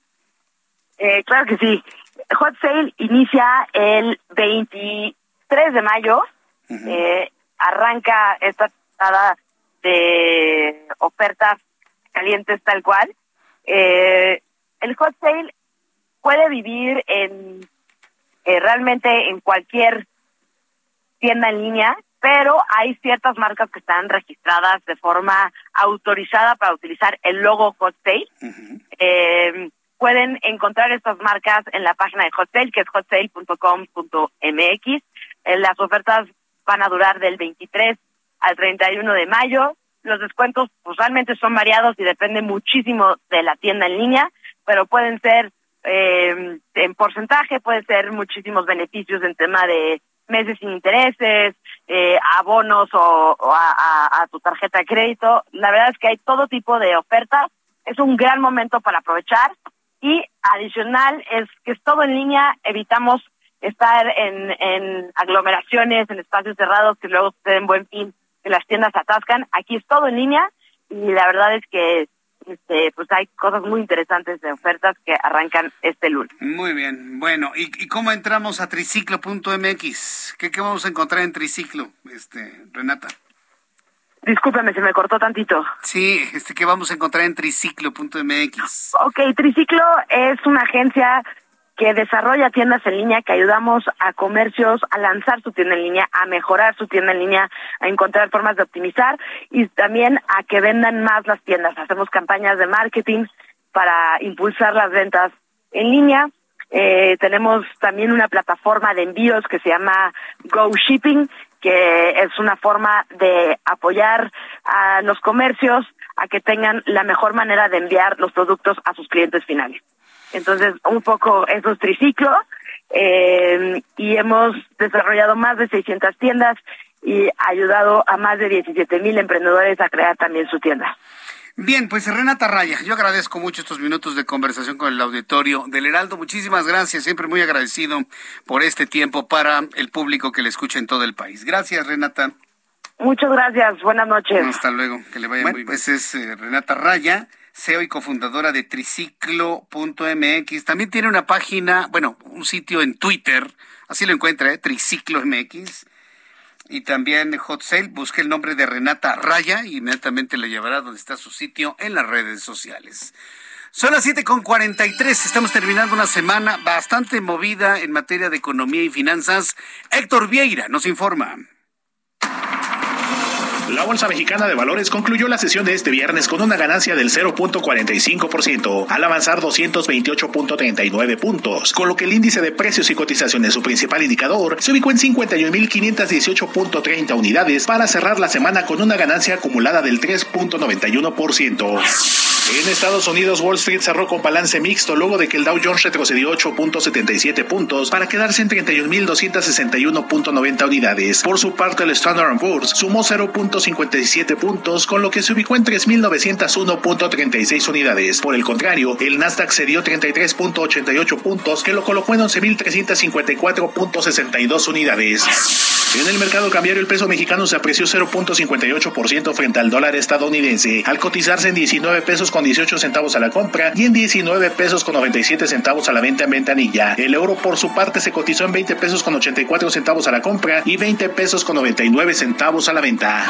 Eh, claro que sí. El hot sale inicia el veintitrés de mayo. Uh-huh. Eh, arranca esta temporada de ofertas calientes tal cual. Eh, el hot sale puede vivir en eh, realmente en cualquier tienda en línea, pero hay ciertas marcas que están registradas de forma autorizada para utilizar el logo Hot Sale. Uh-huh. Eh, pueden encontrar estas marcas en la página de Hot Sale, que es hot sale punto com punto m x. Eh, las ofertas van a durar del veintitrés al treinta y uno de mayo. Los descuentos pues, realmente son variados y dependen muchísimo de la tienda en línea, pero pueden ser eh, en porcentaje, pueden ser muchísimos beneficios en tema de meses sin intereses, eh, abonos o, o a, a, a tu tarjeta de crédito. La verdad es que hay todo tipo de ofertas. Es un gran momento para aprovechar. Y adicional es que es todo en línea, evitamos estar en, en aglomeraciones, en espacios cerrados que luego suceden Buen Fin, que las tiendas se atascan. Aquí es todo en línea y la verdad es que este, pues hay cosas muy interesantes de ofertas que arrancan este lunes. Muy bien, bueno, ¿y, y cómo entramos a triciclo punto m x? ¿Qué, qué vamos a encontrar en Triciclo, este, Renata? Discúlpeme, se me cortó tantito. Sí, este, ¿qué vamos a encontrar en triciclo punto m x? Ok, Triciclo es una agencia que desarrolla tiendas en línea, que ayudamos a comercios a lanzar su tienda en línea, a mejorar su tienda en línea, a encontrar formas de optimizar y también a que vendan más las tiendas. Hacemos campañas de marketing para impulsar las ventas en línea. Eh, tenemos también una plataforma de envíos que se llama Go Shipping, que es una forma de apoyar a los comercios a que tengan la mejor manera de enviar los productos a sus clientes finales. Entonces, un poco eso es Triciclo, eh, y hemos desarrollado más de seiscientas tiendas y ayudado a más de diecisiete mil emprendedores a crear también su tienda. Bien, pues Renata Raya, yo agradezco mucho estos minutos de conversación con el auditorio del Heraldo. Muchísimas gracias, siempre muy agradecido por este tiempo para el público que le escucha en todo el país. Gracias, Renata. Muchas gracias, buenas noches. Hasta luego, que le vaya bueno, muy bien. Pues es eh, Renata Raya, C E O y cofundadora de triciclo punto m x. También tiene una página, bueno, un sitio en Twitter, así lo encuentra, ¿eh? Triciclo M X. Y también Hot Sale, busque el nombre de Renata Raya y inmediatamente le llevará donde está su sitio en las redes sociales. Son las siete con cuarenta y tres, estamos terminando una semana bastante movida en materia de economía y finanzas. Héctor Vieira nos informa. La Bolsa Mexicana de Valores concluyó la sesión de este viernes con una ganancia del cero punto cuarenta y cinco por ciento, al avanzar doscientos veintiocho punto treinta y nueve puntos, con lo que el índice de precios y cotizaciones, su principal indicador, se ubicó en cincuenta y un mil quinientos dieciocho punto treinta unidades para cerrar la semana con una ganancia acumulada del tres punto noventa y uno por ciento. En Estados Unidos, Wall Street cerró con balance mixto luego de que el Dow Jones retrocedió ocho punto setenta y siete puntos para quedarse en treinta y un mil doscientos sesenta y uno punto noventa unidades. Por su parte, el Standard and Poor's sumó cero punto cincuenta y siete puntos, con lo que se ubicó en tres mil novecientos uno punto treinta y seis unidades. Por el contrario, el Nasdaq cedió treinta y tres punto ochenta y ocho puntos, que lo colocó en once mil trescientos cincuenta y cuatro punto sesenta y dos unidades. En el mercado cambiario, el peso mexicano se apreció cero punto cincuenta y ocho por ciento frente al dólar estadounidense, al cotizarse en diecinueve pesos con dieciocho centavos a la compra y en diecinueve pesos con noventa y siete centavos a la venta en ventanilla. El euro, por su parte, se cotizó en veinte pesos con ochenta y cuatro centavos a la compra y veinte pesos con noventa y nueve centavos a la venta.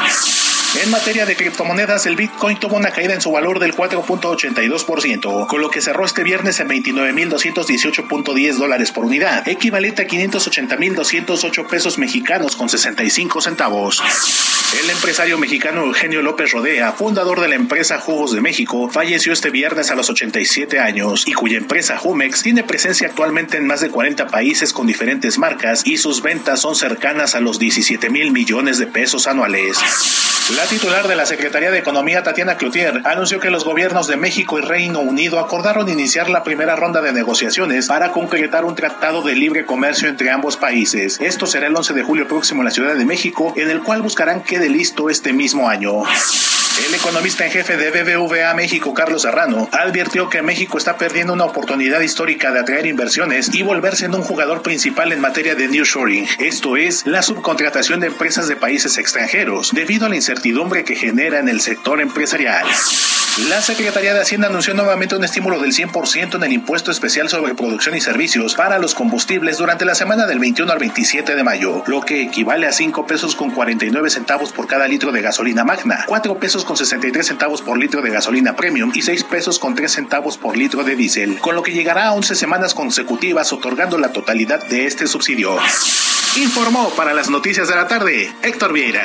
En materia de criptomonedas, el Bitcoin tuvo una caída en su valor del cuatro punto ochenta y dos por ciento, con lo que cerró este viernes en veintinueve mil doscientos dieciocho punto diez dólares por unidad, equivalente a quinientos ochenta mil doscientos ocho pesos mexicanos con sesenta y cinco centavos. El empresario mexicano Eugenio López Rodea, fundador de la empresa Jugos de México, falleció este viernes a los ochenta y siete años, y cuya empresa Jumex tiene presencia actualmente en más de cuarenta países con diferentes marcas y sus ventas son cercanas a los diecisiete mil millones de pesos anuales. La titular de la Secretaría de Economía, Tatiana Cloutier, anunció que los gobiernos de México y Reino Unido acordaron iniciar la primera ronda de negociaciones para concretar un tratado de libre comercio entre ambos países. Esto será el once de julio próximo en la Ciudad de México, en el cual buscarán quede listo este mismo año. El economista en jefe de B B V A México, Carlos Serrano, advirtió que México está perdiendo una oportunidad histórica de atraer inversiones y volverse en un jugador principal en materia de nearshoring, esto es, la subcontratación de empresas de países extranjeros, debido a la incertidumbre que genera en el sector empresarial. La Secretaría de Hacienda anunció nuevamente un estímulo del cien por ciento en el impuesto especial sobre producción y servicios para los combustibles durante la semana del veintiuno al veintisiete de mayo, lo que equivale a cinco pesos con cuarenta y nueve centavos por cada litro de gasolina magna, cuatro pesos con sesenta y tres centavos por litro de gasolina premium y seis pesos con tres centavos por litro de diésel, con lo que llegará a once semanas consecutivas otorgando la totalidad de este subsidio. Informó para las noticias de la tarde, Héctor Vieira.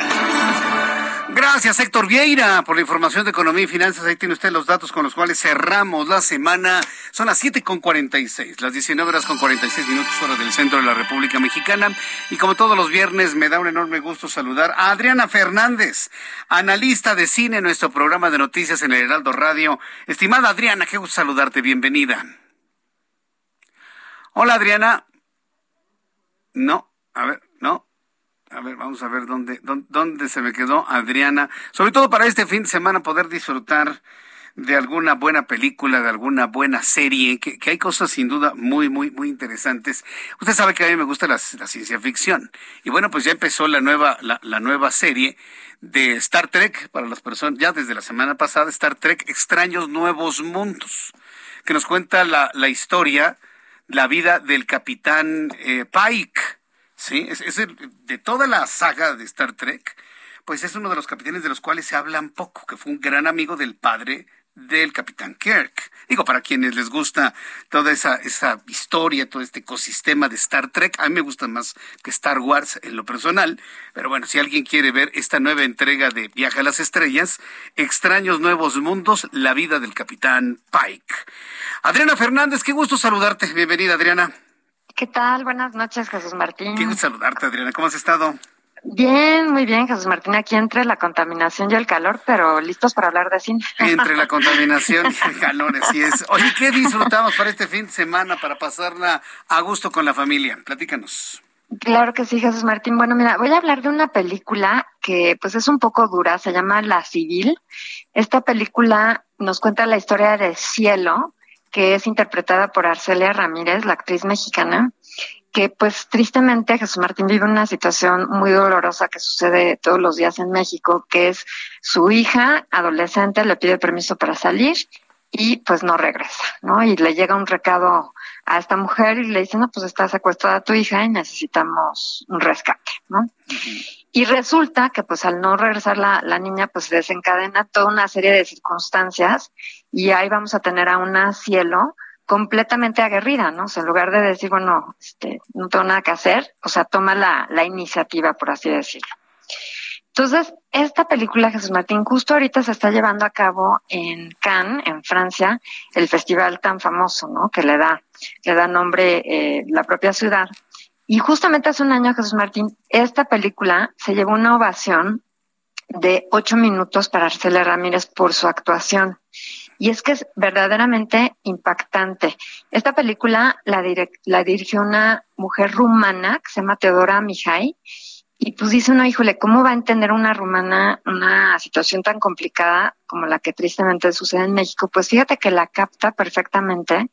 Gracias, Héctor Vieira, por la información de economía y finanzas. Ahí tiene usted los datos con los cuales cerramos la semana. Son las siete con cuarenta y seis, las diecinueve horas con cuarenta y seis minutos, hora del centro de la República Mexicana. Y como todos los viernes, me da un enorme gusto saludar a Adriana Fernández, analista de cine en nuestro programa de noticias en el Heraldo Radio. Estimada Adriana, qué gusto saludarte, bienvenida. Hola, Adriana. No, a ver, no. A ver, vamos a ver dónde, dónde, dónde se me quedó Adriana. Sobre todo para este fin de semana poder disfrutar de alguna buena película, de alguna buena serie, que, que hay cosas sin duda muy, muy, muy interesantes. Usted sabe que a mí me gusta la, la ciencia ficción. Y bueno, pues ya empezó la nueva, la, la nueva serie de Star Trek, para las personas, ya desde la semana pasada, Star Trek Extraños Nuevos Mundos, que nos cuenta la, la historia, la vida del capitán eh, Pike, ¿sí? Es, es el, de toda la saga de Star Trek, pues es uno de los capitanes de los cuales se hablan poco, que fue un gran amigo del padre del capitán Kirk. Digo, para quienes les gusta toda esa, esa historia, todo este ecosistema de Star Trek, a mí me gusta más que Star Wars en lo personal, pero bueno, si alguien quiere ver esta nueva entrega de Viaje a las Estrellas, Extraños Nuevos Mundos, la vida del capitán Pike. Adriana Fernández, qué gusto saludarte. Bienvenida, Adriana. ¿Qué tal? Buenas noches, Jesús Martín. Qué gusto saludarte, Adriana. ¿Cómo has estado? Bien, muy bien, Jesús Martín, aquí entre la contaminación y el calor, pero listos para hablar de cine. Entre la contaminación y el calor, así es. Oye, ¿qué disfrutamos para este fin de semana, para pasarla a gusto con la familia? Platícanos. Claro que sí, Jesús Martín. Bueno, mira, voy a hablar de una película que pues es un poco dura, se llama La Civil. Esta película nos cuenta la historia de Cielo, que es interpretada por Arcelia Ramírez, la actriz mexicana, que pues tristemente Jesús Martín vive una situación muy dolorosa que sucede todos los días en México, que es su hija adolescente le pide permiso para salir y pues no regresa, ¿no? Y le llega un recado a esta mujer y le dice, no, pues está secuestrada tu hija y necesitamos un rescate, ¿no? Uh-huh. Y resulta que pues al no regresar la, la niña pues desencadena toda una serie de circunstancias y ahí vamos a tener a una Cielo completamente aguerrida, ¿no? O sea, en lugar de decir, bueno, este, no tengo nada que hacer, o sea, toma la, la iniciativa, por así decirlo. Entonces, esta película, Jesús Martín, justo ahorita se está llevando a cabo en Cannes, en Francia, el festival tan famoso, ¿no? Que le da, le da nombre eh, la propia ciudad. Y justamente hace un año, Jesús Martín, esta película se llevó una ovación de ocho minutos para Arcelia Ramírez por su actuación. Y es que es verdaderamente impactante. Esta película la, direct, la dirigió una mujer rumana que se llama Teodora Mihai. Y pues dice uno, híjole, ¿cómo va a entender una rumana una situación tan complicada como la que tristemente sucede en México? Pues fíjate que la capta perfectamente.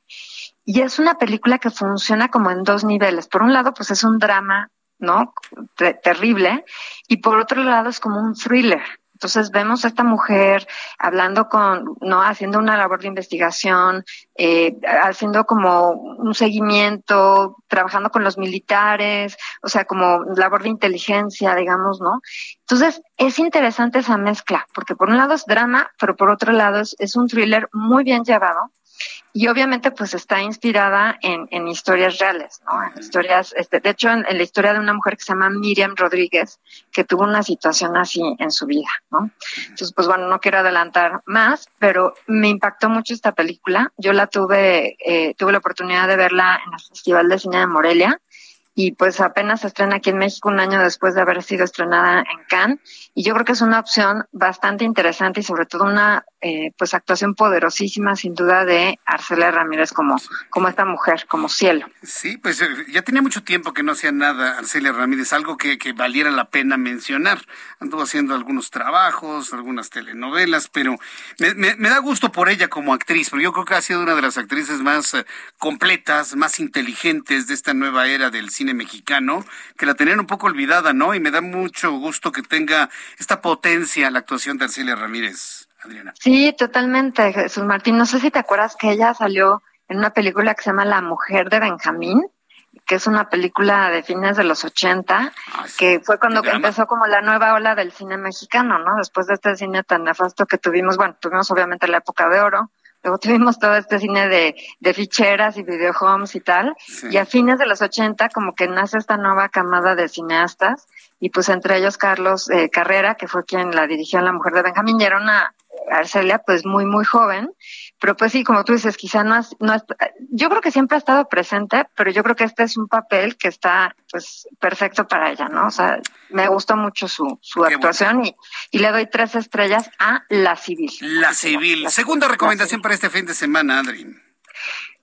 Y es una película que funciona como en dos niveles. Por un lado, pues es un drama, ¿no? T- terrible. Y por otro lado es como un thriller. Entonces vemos a esta mujer hablando con, no, haciendo una labor de investigación, eh, haciendo como un seguimiento, trabajando con los militares, o sea, como labor de inteligencia, digamos, ¿no? Entonces es interesante esa mezcla, porque por un lado es drama, pero por otro lado es, es un thriller muy bien llevado. Y obviamente pues está inspirada en, en historias reales, ¿no? En historias, este, de hecho en, en la historia de una mujer que se llama Miriam Rodríguez, que tuvo una situación así en su vida, ¿no? Entonces pues bueno, no quiero adelantar más, pero me impactó mucho esta película. Yo la tuve, eh, tuve la oportunidad de verla en el Festival de Cine de Morelia. Y pues apenas se estrena aquí en México un año después de haber sido estrenada en Cannes. Y yo creo que es una opción bastante interesante y sobre todo una eh, pues actuación poderosísima sin duda de Arcelia Ramírez como, como esta mujer, como Cielo. Sí, pues ya tenía mucho tiempo que no hacía nada Arcelia Ramírez, algo que, que valiera la pena mencionar. Anduvo haciendo algunos trabajos, algunas telenovelas, pero me, me, me da gusto por ella como actriz, porque yo creo que ha sido una de las actrices más uh, completas, más inteligentes de esta nueva era del cine cine mexicano, que la tenían un poco olvidada, ¿no? Y me da mucho gusto que tenga esta potencia la actuación de Arcelia Ramírez, Adriana. Sí, totalmente, Jesús Martín. No sé si te acuerdas que ella salió en una película que se llama La Mujer de Benjamín, que es una película de fines de los ochenta, ah, sí, que fue cuando empezó como la nueva ola del cine mexicano, ¿no? Después de este cine tan nefasto que tuvimos, bueno, tuvimos obviamente la época de oro, luego tuvimos todo este cine de, de ficheras y videohomes y tal, sí. Y a fines de los ochenta como que nace esta nueva camada de cineastas, y pues entre ellos Carlos eh, Carrera, que fue quien la dirigió en La Mujer de Benjamín, y era una Arcelia pues muy, muy joven, pero pues sí, como tú dices, quizá no es, no es, yo creo que siempre ha estado presente, pero yo creo que este es un papel que está pues perfecto para ella, ¿no? O sea, me gustó mucho su, su actuación bueno. y, y le doy tres estrellas a La Civil. La Civil. La Segunda recomendación para este fin de semana, Adri.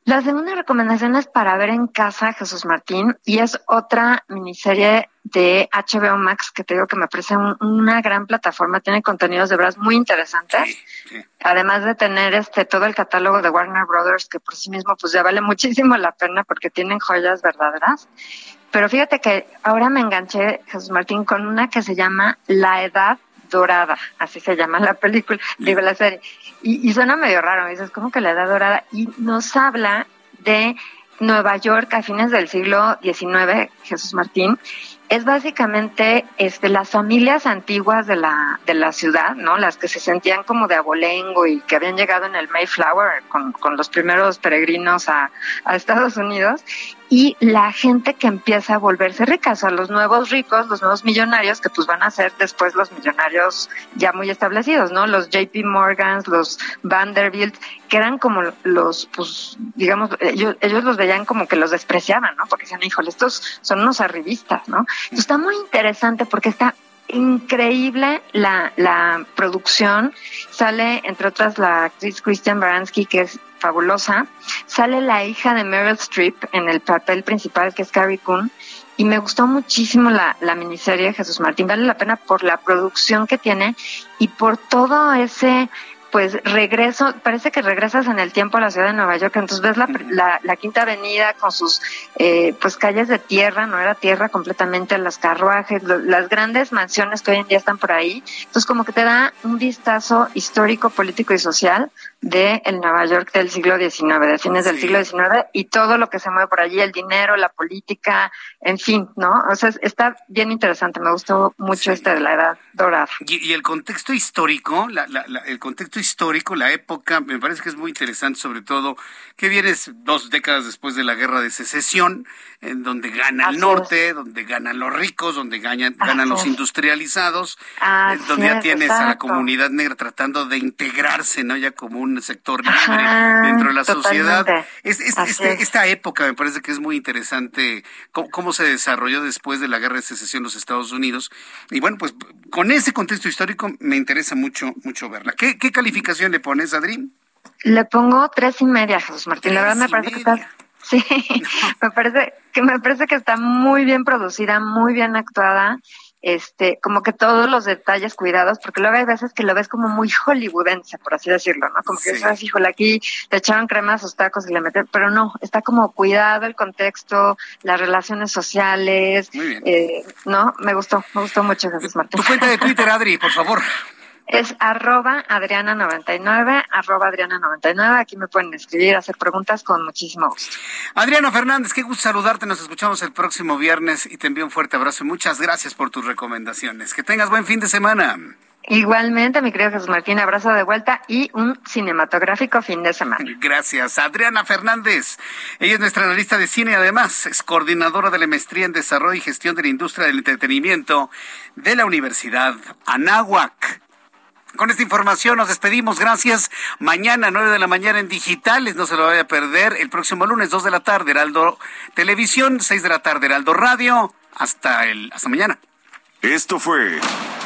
La segunda recomendación es para ver en casa, Jesús Martín, y es otra miniserie de H B O Max que te digo que me parece un, una gran plataforma, tiene contenidos de verdad muy interesantes, sí, sí. Además de tener este todo el catálogo de Warner Brothers, que por sí mismo pues ya vale muchísimo la pena porque tienen joyas verdaderas. Pero fíjate que ahora me enganché, Jesús Martín, con una que se llama La Edad Dorada, así se llama la película, digo la serie, y, y suena medio raro, dices, ¿cómo que La Edad Dorada? Y nos habla de Nueva York a fines del siglo diecinueve, Jesús Martín. Es básicamente este, las familias antiguas de la de la ciudad, ¿no? Las que se sentían como de abolengo y que habían llegado en el Mayflower con, con los primeros peregrinos a, a Estados Unidos, y la gente que empieza a volverse rica, o sea, los nuevos ricos, los nuevos millonarios, que pues van a ser después los millonarios ya muy establecidos, ¿no? Los J P Morgans, los Vanderbilt, que eran como los, pues, digamos, ellos, ellos los veían como que los despreciaban, ¿no? Porque decían, híjole, estos son unos arribistas, ¿no? Entonces está muy interesante porque está increíble la, la producción. Sale, entre otras, la actriz Christian Baranski, que es fabulosa. Sale la hija de Meryl Streep en el papel principal, que es Carrie Coon. Y me gustó muchísimo la, la miniserie, Jesús Martín. Vale la pena por la producción que tiene y por todo ese... pues regreso, parece que regresas en el tiempo a la ciudad de Nueva York, entonces ves la, la, la Quinta Avenida con sus eh, pues calles de tierra, no era tierra completamente, los carruajes, lo, las grandes mansiones que hoy en día están por ahí, entonces como que te da un vistazo histórico, político y social de el Nueva York del siglo diecinueve, de fines sí. del siglo diecinueve, y todo lo que se mueve por allí, el dinero, la política, en fin, ¿no? O sea, está bien interesante, me gustó mucho sí. este de la Edad Dorada. Y, y el contexto histórico, la, la, la, el contexto histórico, la época, me parece que es muy interesante, sobre todo que vienes dos décadas después de la Guerra de Secesión, en donde gana Así el norte, es. donde ganan los ricos, donde ganan, ganan los industrializados, en donde ya tienes exacto. a la comunidad negra tratando de integrarse, ¿no? Ya como un sector libre Ajá, dentro de la totalmente. sociedad. Es, es, este, es. Esta época me parece que es muy interesante cómo, cómo se desarrolló después de la Guerra de Secesión los Estados Unidos. Y bueno, pues con ese contexto histórico me interesa mucho, mucho verla. ¿Qué, qué calificación le pones, Adri? Le pongo tres y media, Jesús Martín. La verdad me parece media. que está... Sí, no. me parece que me parece que está muy bien producida, muy bien actuada. Este, como que todos los detalles cuidados, porque luego hay veces que lo ves como muy hollywoodense, por así decirlo, ¿no? Como que sí. dices, híjole, aquí le echaron crema a sus tacos y le metieron, pero no, está como cuidado el contexto, las relaciones sociales, muy bien. Eh, no, me gustó, me gustó mucho, Jesús Martín. Tu cuenta de Twitter, Adri, por favor. Es arroba Adriana noventa y nueve, arroba Adriana noventa y nueve. Aquí me pueden escribir, hacer preguntas con muchísimo gusto. Adriana Fernández, qué gusto saludarte. Nos escuchamos el próximo viernes y te envío un fuerte abrazo y muchas gracias por tus recomendaciones. Que tengas buen fin de semana. Igualmente, mi querido Jesús Martín, abrazo de vuelta y un cinematográfico fin de semana. Gracias. Adriana Fernández, ella es nuestra analista de cine y además es coordinadora de la maestría en Desarrollo y Gestión de la Industria del Entretenimiento de la Universidad Anáhuac. Con esta información nos despedimos, gracias. Mañana, nueve de la mañana en Digitales, no se lo vaya a perder. El próximo lunes, dos de la tarde, Heraldo Televisión, seis de la tarde, Heraldo Radio. Hasta el, hasta mañana. Esto fue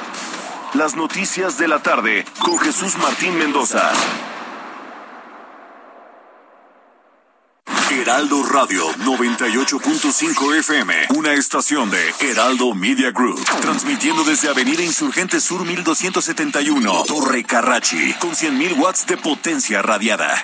Las Noticias de la Tarde con Jesús Martín Mendoza. Heraldo Radio noventa y ocho punto cinco F M, una estación de Heraldo Media Group, transmitiendo desde Avenida Insurgente Sur mil doscientos setenta y uno, Torre Carrachi, con cien mil watts de potencia radiada.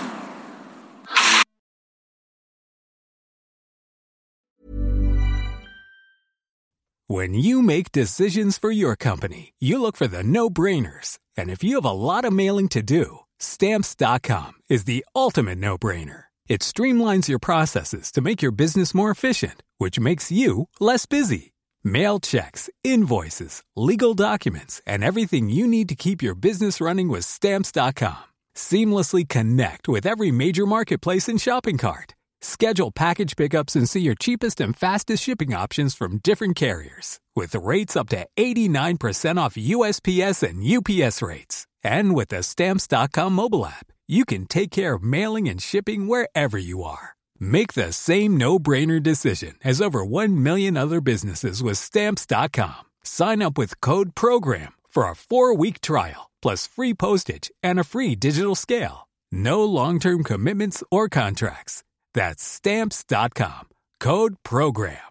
When you make decisions for your company, you look for the no-brainers. And if you have a lot of mailing to do, Stamps dot com is the ultimate no-brainer. It streamlines your processes to make your business more efficient, which makes you less busy. Mail checks, invoices, legal documents, and everything you need to keep your business running with Stamps dot com. Seamlessly connect with every major marketplace and shopping cart. Schedule package pickups and see your cheapest and fastest shipping options from different carriers, with rates up to eighty-nine percent off U S P S and U P S rates. And with the Stamps dot com mobile app, you can take care of mailing and shipping wherever you are. Make the same no-brainer decision as over one million other businesses with Stamps dot com. Sign up with code PROGRAM for a four-week trial, plus free postage and a free digital scale. No long-term commitments or contracts. That's stamps dot com. Code program.